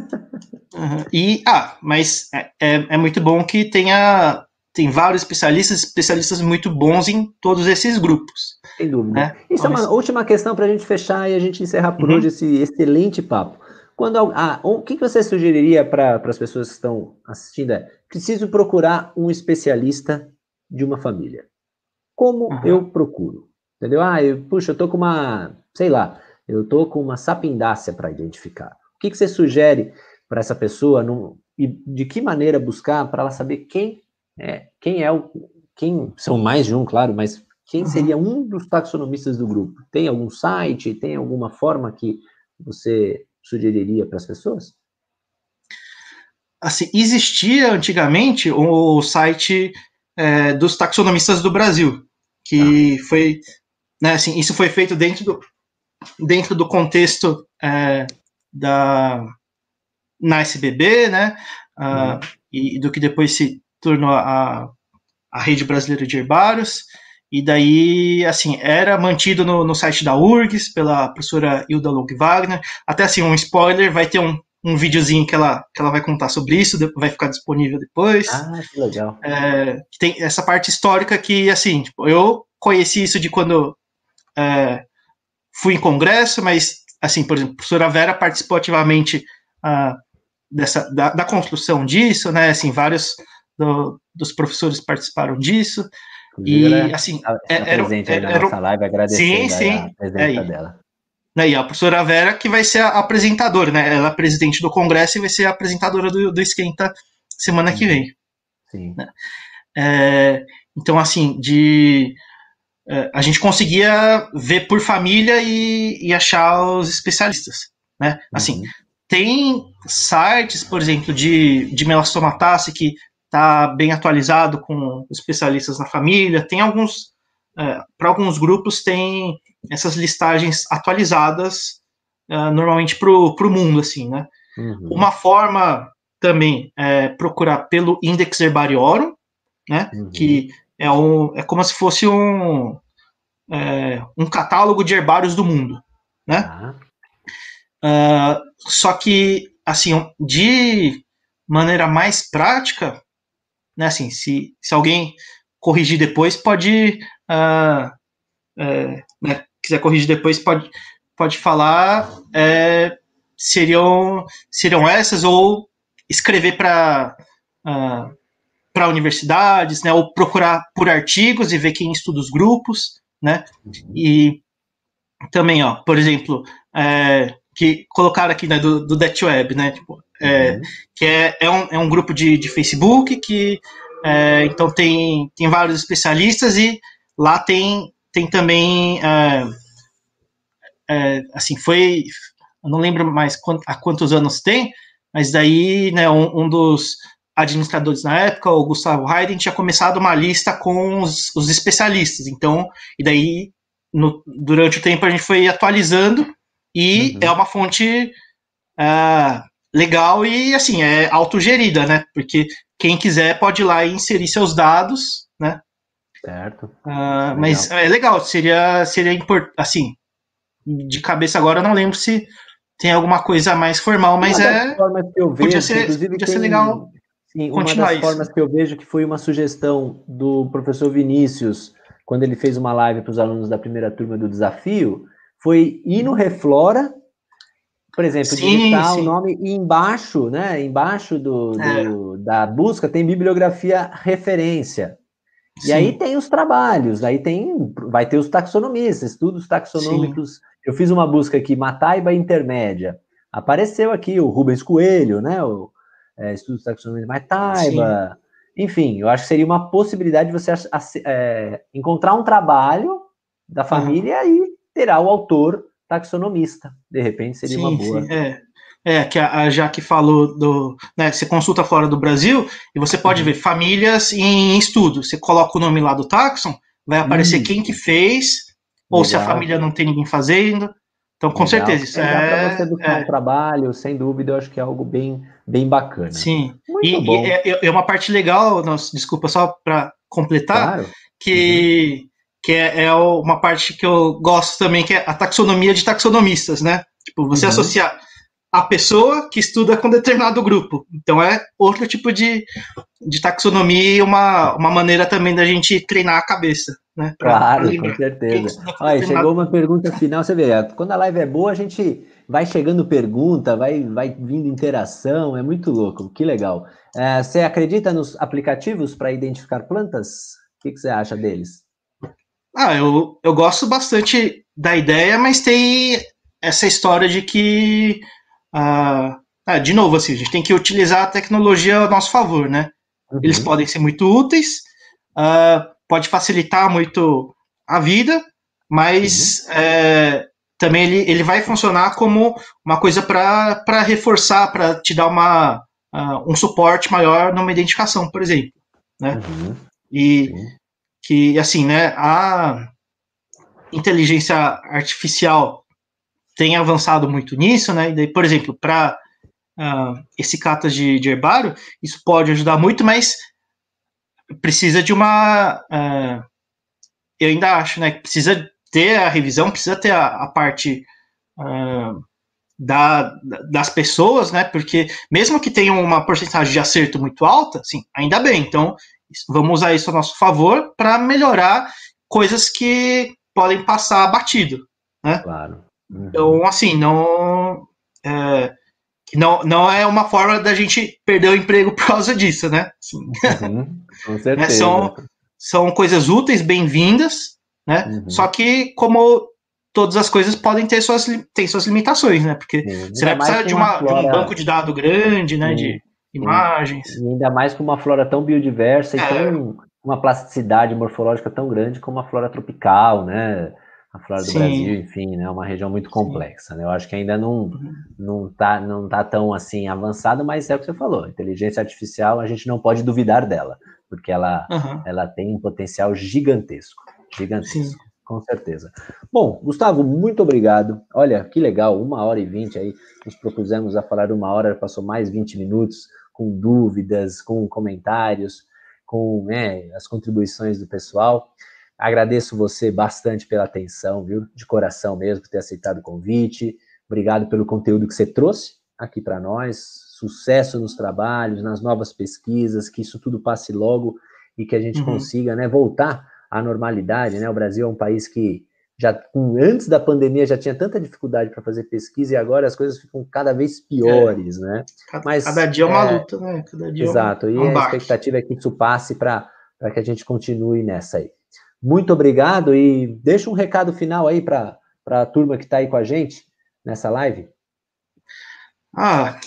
Mas é muito bom que tem vários especialistas muito bons em todos esses grupos. Sem dúvida. Né? Isso é uma última questão para a gente fechar e a gente encerrar por hoje esse excelente papo. O que você sugeriria para as pessoas que estão assistindo? Preciso procurar um especialista de uma família. Como eu procuro? Entendeu? Eu tô com eu tô com uma sapindácia para identificar. O que você sugere para essa pessoa e de que maneira buscar para ela saber quem são mais de um, claro, mas quem seria um dos taxonomistas do grupo? Tem algum site? Tem alguma forma que você sugeriria para as pessoas? Assim, existia antigamente o site dos taxonomistas do Brasil, que foi, né, assim, isso foi feito dentro do contexto na SBB, né, e do que depois se tornou a Rede Brasileira de Herbários, e daí, assim, era mantido no site da URGS, pela professora Hilda Long Wagner. Até, assim, um spoiler, vai ter um videozinho que ela vai contar sobre isso, vai ficar disponível depois. Que legal. Tem essa parte histórica que, assim, tipo, eu conheci isso de quando fui em congresso, mas, assim, por exemplo, a professora Vera participou ativamente da construção disso, né, assim, vários dos professores participaram disso. E, assim, está presente aí na nossa live, agradecendo a presença dela. E a professora Vera, que vai ser a apresentadora, né? Ela é presidente do congresso e vai ser a apresentadora do Esquenta semana que vem. Sim. Né? Então, assim, a gente conseguia ver por família e achar os especialistas, né? Assim, tem sites, por exemplo, de melastomatace que está bem atualizado com especialistas na família. Tem para alguns grupos tem essas listagens atualizadas normalmente para o mundo, assim, né? Uma forma também é procurar pelo Index Herbariorum, né? Que é como se fosse um catálogo de herbários do mundo, né? Só que, assim, de maneira mais prática, né, assim, se alguém corrigir depois, né, quiser corrigir depois, pode falar, seriam essas, ou escrever para universidades, né, ou procurar por artigos e ver quem estuda os grupos, né, e também, por exemplo, que colocaram aqui, né, do DetWeb, né, tipo, que é um grupo de Facebook que então tem vários especialistas, e lá tem também assim, eu não lembro mais há quantos anos tem, mas daí, né, um dos administradores na época, o Gustavo Hayden, tinha começado uma lista com os especialistas. Então, e daí durante o tempo a gente foi atualizando, e é uma fonte legal e, assim, é autogerida, né? Porque quem quiser pode ir lá e inserir seus dados, né? Certo. Mas é legal, seria importante, assim, de cabeça agora eu não lembro se tem alguma coisa mais formal, mas podia ser legal. Sim, uma das formas que eu vejo, que foi uma sugestão do professor Vinícius, quando ele fez uma live para os alunos da primeira turma do desafio, foi ir no Reflora, por exemplo, digitar o nome, e embaixo, né, embaixo da busca tem bibliografia referência. E aí tem os trabalhos, vai ter os taxonomistas, estudos taxonômicos. Sim. Eu fiz uma busca aqui, Mataiba Intermédia. Apareceu aqui o Rubens Coelho, né? Estudos taxonômicos de Mataiba. Sim. Enfim, eu acho que seria uma possibilidade de você encontrar um trabalho da família e terá o autor taxonomista. De repente seria uma boa. Que a Jaque falou né, você consulta fora do Brasil e você pode ver famílias em estudo. Você coloca o nome lá do taxon, vai aparecer quem que fez, ou se a família não tem ninguém fazendo. Então, com certeza, isso dá para você buscar um trabalho, sem dúvida, eu acho que é algo bem, bem bacana. Sim. Muito bom. É uma parte legal, desculpa, só para completar, claro. Que que é uma parte que eu gosto também, que é a taxonomia de taxonomistas, né? Tipo, você associar a pessoa que estuda com determinado grupo. Então é outro tipo de taxonomia e uma maneira também da gente treinar a cabeça, né? Pra Claro, com lembrar quem certeza. estuda com Olha, determinado chegou uma grupo. pergunta final, você vê, quando a live é boa, a gente vai chegando pergunta, vai vindo interação, é muito louco, que legal. Você acredita nos aplicativos para identificar plantas? O que você acha deles? Eu gosto bastante da ideia, mas tem essa história de que, de novo, assim, a gente tem que utilizar a tecnologia a nosso favor, né? Eles Uhum, podem ser muito úteis, pode facilitar muito a vida, sim, mas também ele vai funcionar como uma coisa para reforçar, para te dar um suporte maior numa identificação, por exemplo, né? uhum, E sim, que, assim, né, a inteligência artificial tem avançado muito nisso, né? E daí, por exemplo, para esse catas de herbário, isso pode ajudar muito, mas precisa de uma. Eu ainda acho, né? Que precisa ter a revisão, precisa ter a parte uh, das pessoas, né? Porque mesmo que tenha uma porcentagem de acerto muito alta, assim, ainda bem. Então, vamos usar isso a nosso favor para melhorar coisas que podem passar batido, né? claro. Uhum, Então, assim, é, não é uma forma da gente perder o emprego por causa disso, né? Assim, uhum, com né? certeza. São coisas úteis, bem-vindas, né? Só Uhum, que, como todas as coisas podem ter tem suas limitações, né? Porque sim, você ainda vai mais precisar com de, uma de um banco flora. de dados grande, né? Sim, De sim. imagens. E ainda mais com uma flora tão biodiversa e É, tão uma plasticidade morfológica tão grande como a flora tropical, né? A flora do sim, Brasil, enfim, né? Uma região muito sim. complexa, né? Eu acho que ainda Uhum. não tá tão assim avançado, mas é o que você falou. Inteligência artificial, a gente não pode duvidar dela, porque Uhum. ela tem um potencial gigantesco, Sim. gigantesco, com certeza. Bom, Gustavo, muito obrigado. Olha, que legal, 1h20 aí. Nos propusemos a falar 1 hora, passou mais 20 minutos com dúvidas, com comentários, com as contribuições do pessoal. Agradeço você bastante pela atenção, viu? De coração mesmo, por ter aceitado o convite. Obrigado pelo conteúdo que você trouxe aqui para nós. Sucesso nos trabalhos, nas novas pesquisas, que isso tudo passe logo e que a gente Uhum. consiga, né, voltar à normalidade, né? O Brasil é um país que já antes da pandemia já tinha tanta dificuldade para fazer pesquisa e agora as coisas ficam cada vez É, piores, né? cada Mas, dia é uma luta, né? Cada dia exato, é e um a baque. expectativa é que isso passe para que a gente continue nessa aí. Muito obrigado e deixa um recado final aí para a turma que está aí com a gente nessa live. Ah,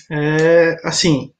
assim,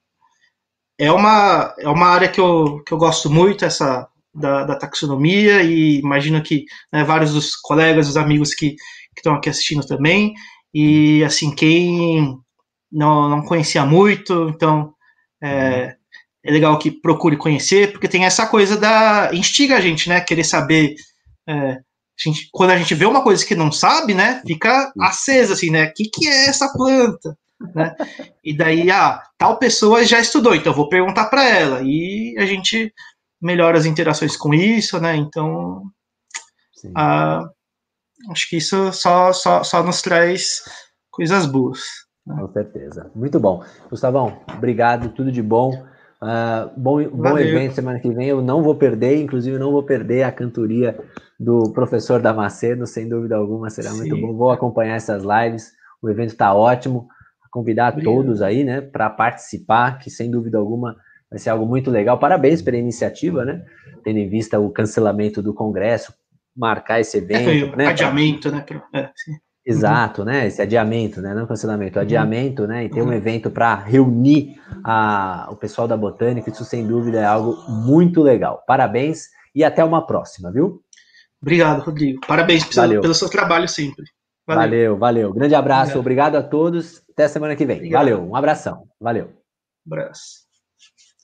é uma área que eu gosto muito, essa da taxonomia, e imagino que, né, vários dos colegas, dos amigos que estão aqui assistindo também. E, assim, quem não conhecia muito, então Uhum. é legal que procure conhecer, porque tem essa coisa instiga a gente, né? Querer saber. Quando a gente vê uma coisa que não sabe, né? Fica acesa, assim, né? O que é essa planta? Né? E daí, tal pessoa já estudou, então eu vou perguntar para ela. E a gente melhora as interações com isso, né? Então, Sim, ah, acho que isso só nos traz coisas boas. Né? com certeza. Muito bom. Gustavão, obrigado, tudo de bom. Bom Valeu. evento semana que vem. Eu não vou perder, inclusive não vou perder a cantoria do professor Damasceno, sem dúvida alguma, será muito Sim, bom. Vou acompanhar essas lives. O evento está ótimo. Convidar todos obrigado. aí, né, para participar, que sem dúvida alguma vai ser algo muito legal. Parabéns pela iniciativa, né? Tendo em vista o cancelamento do Congresso, marcar esse Foi evento, um né? adiamento, né? Sim. Uhum, Exato, né? Esse adiamento, né? Não cancelamento, uhum, adiamento, né? E ter um uhum. evento para reunir o pessoal da Botânica, isso sem dúvida é algo muito legal. Parabéns e até uma próxima, viu? Obrigado, Rodrigo. Parabéns Valeu, pelo seu trabalho sempre. Valeu. valeu. Grande abraço, Obrigado. obrigado a todos. Até semana que vem. Valeu, Obrigado. um abração. Valeu. Abraço.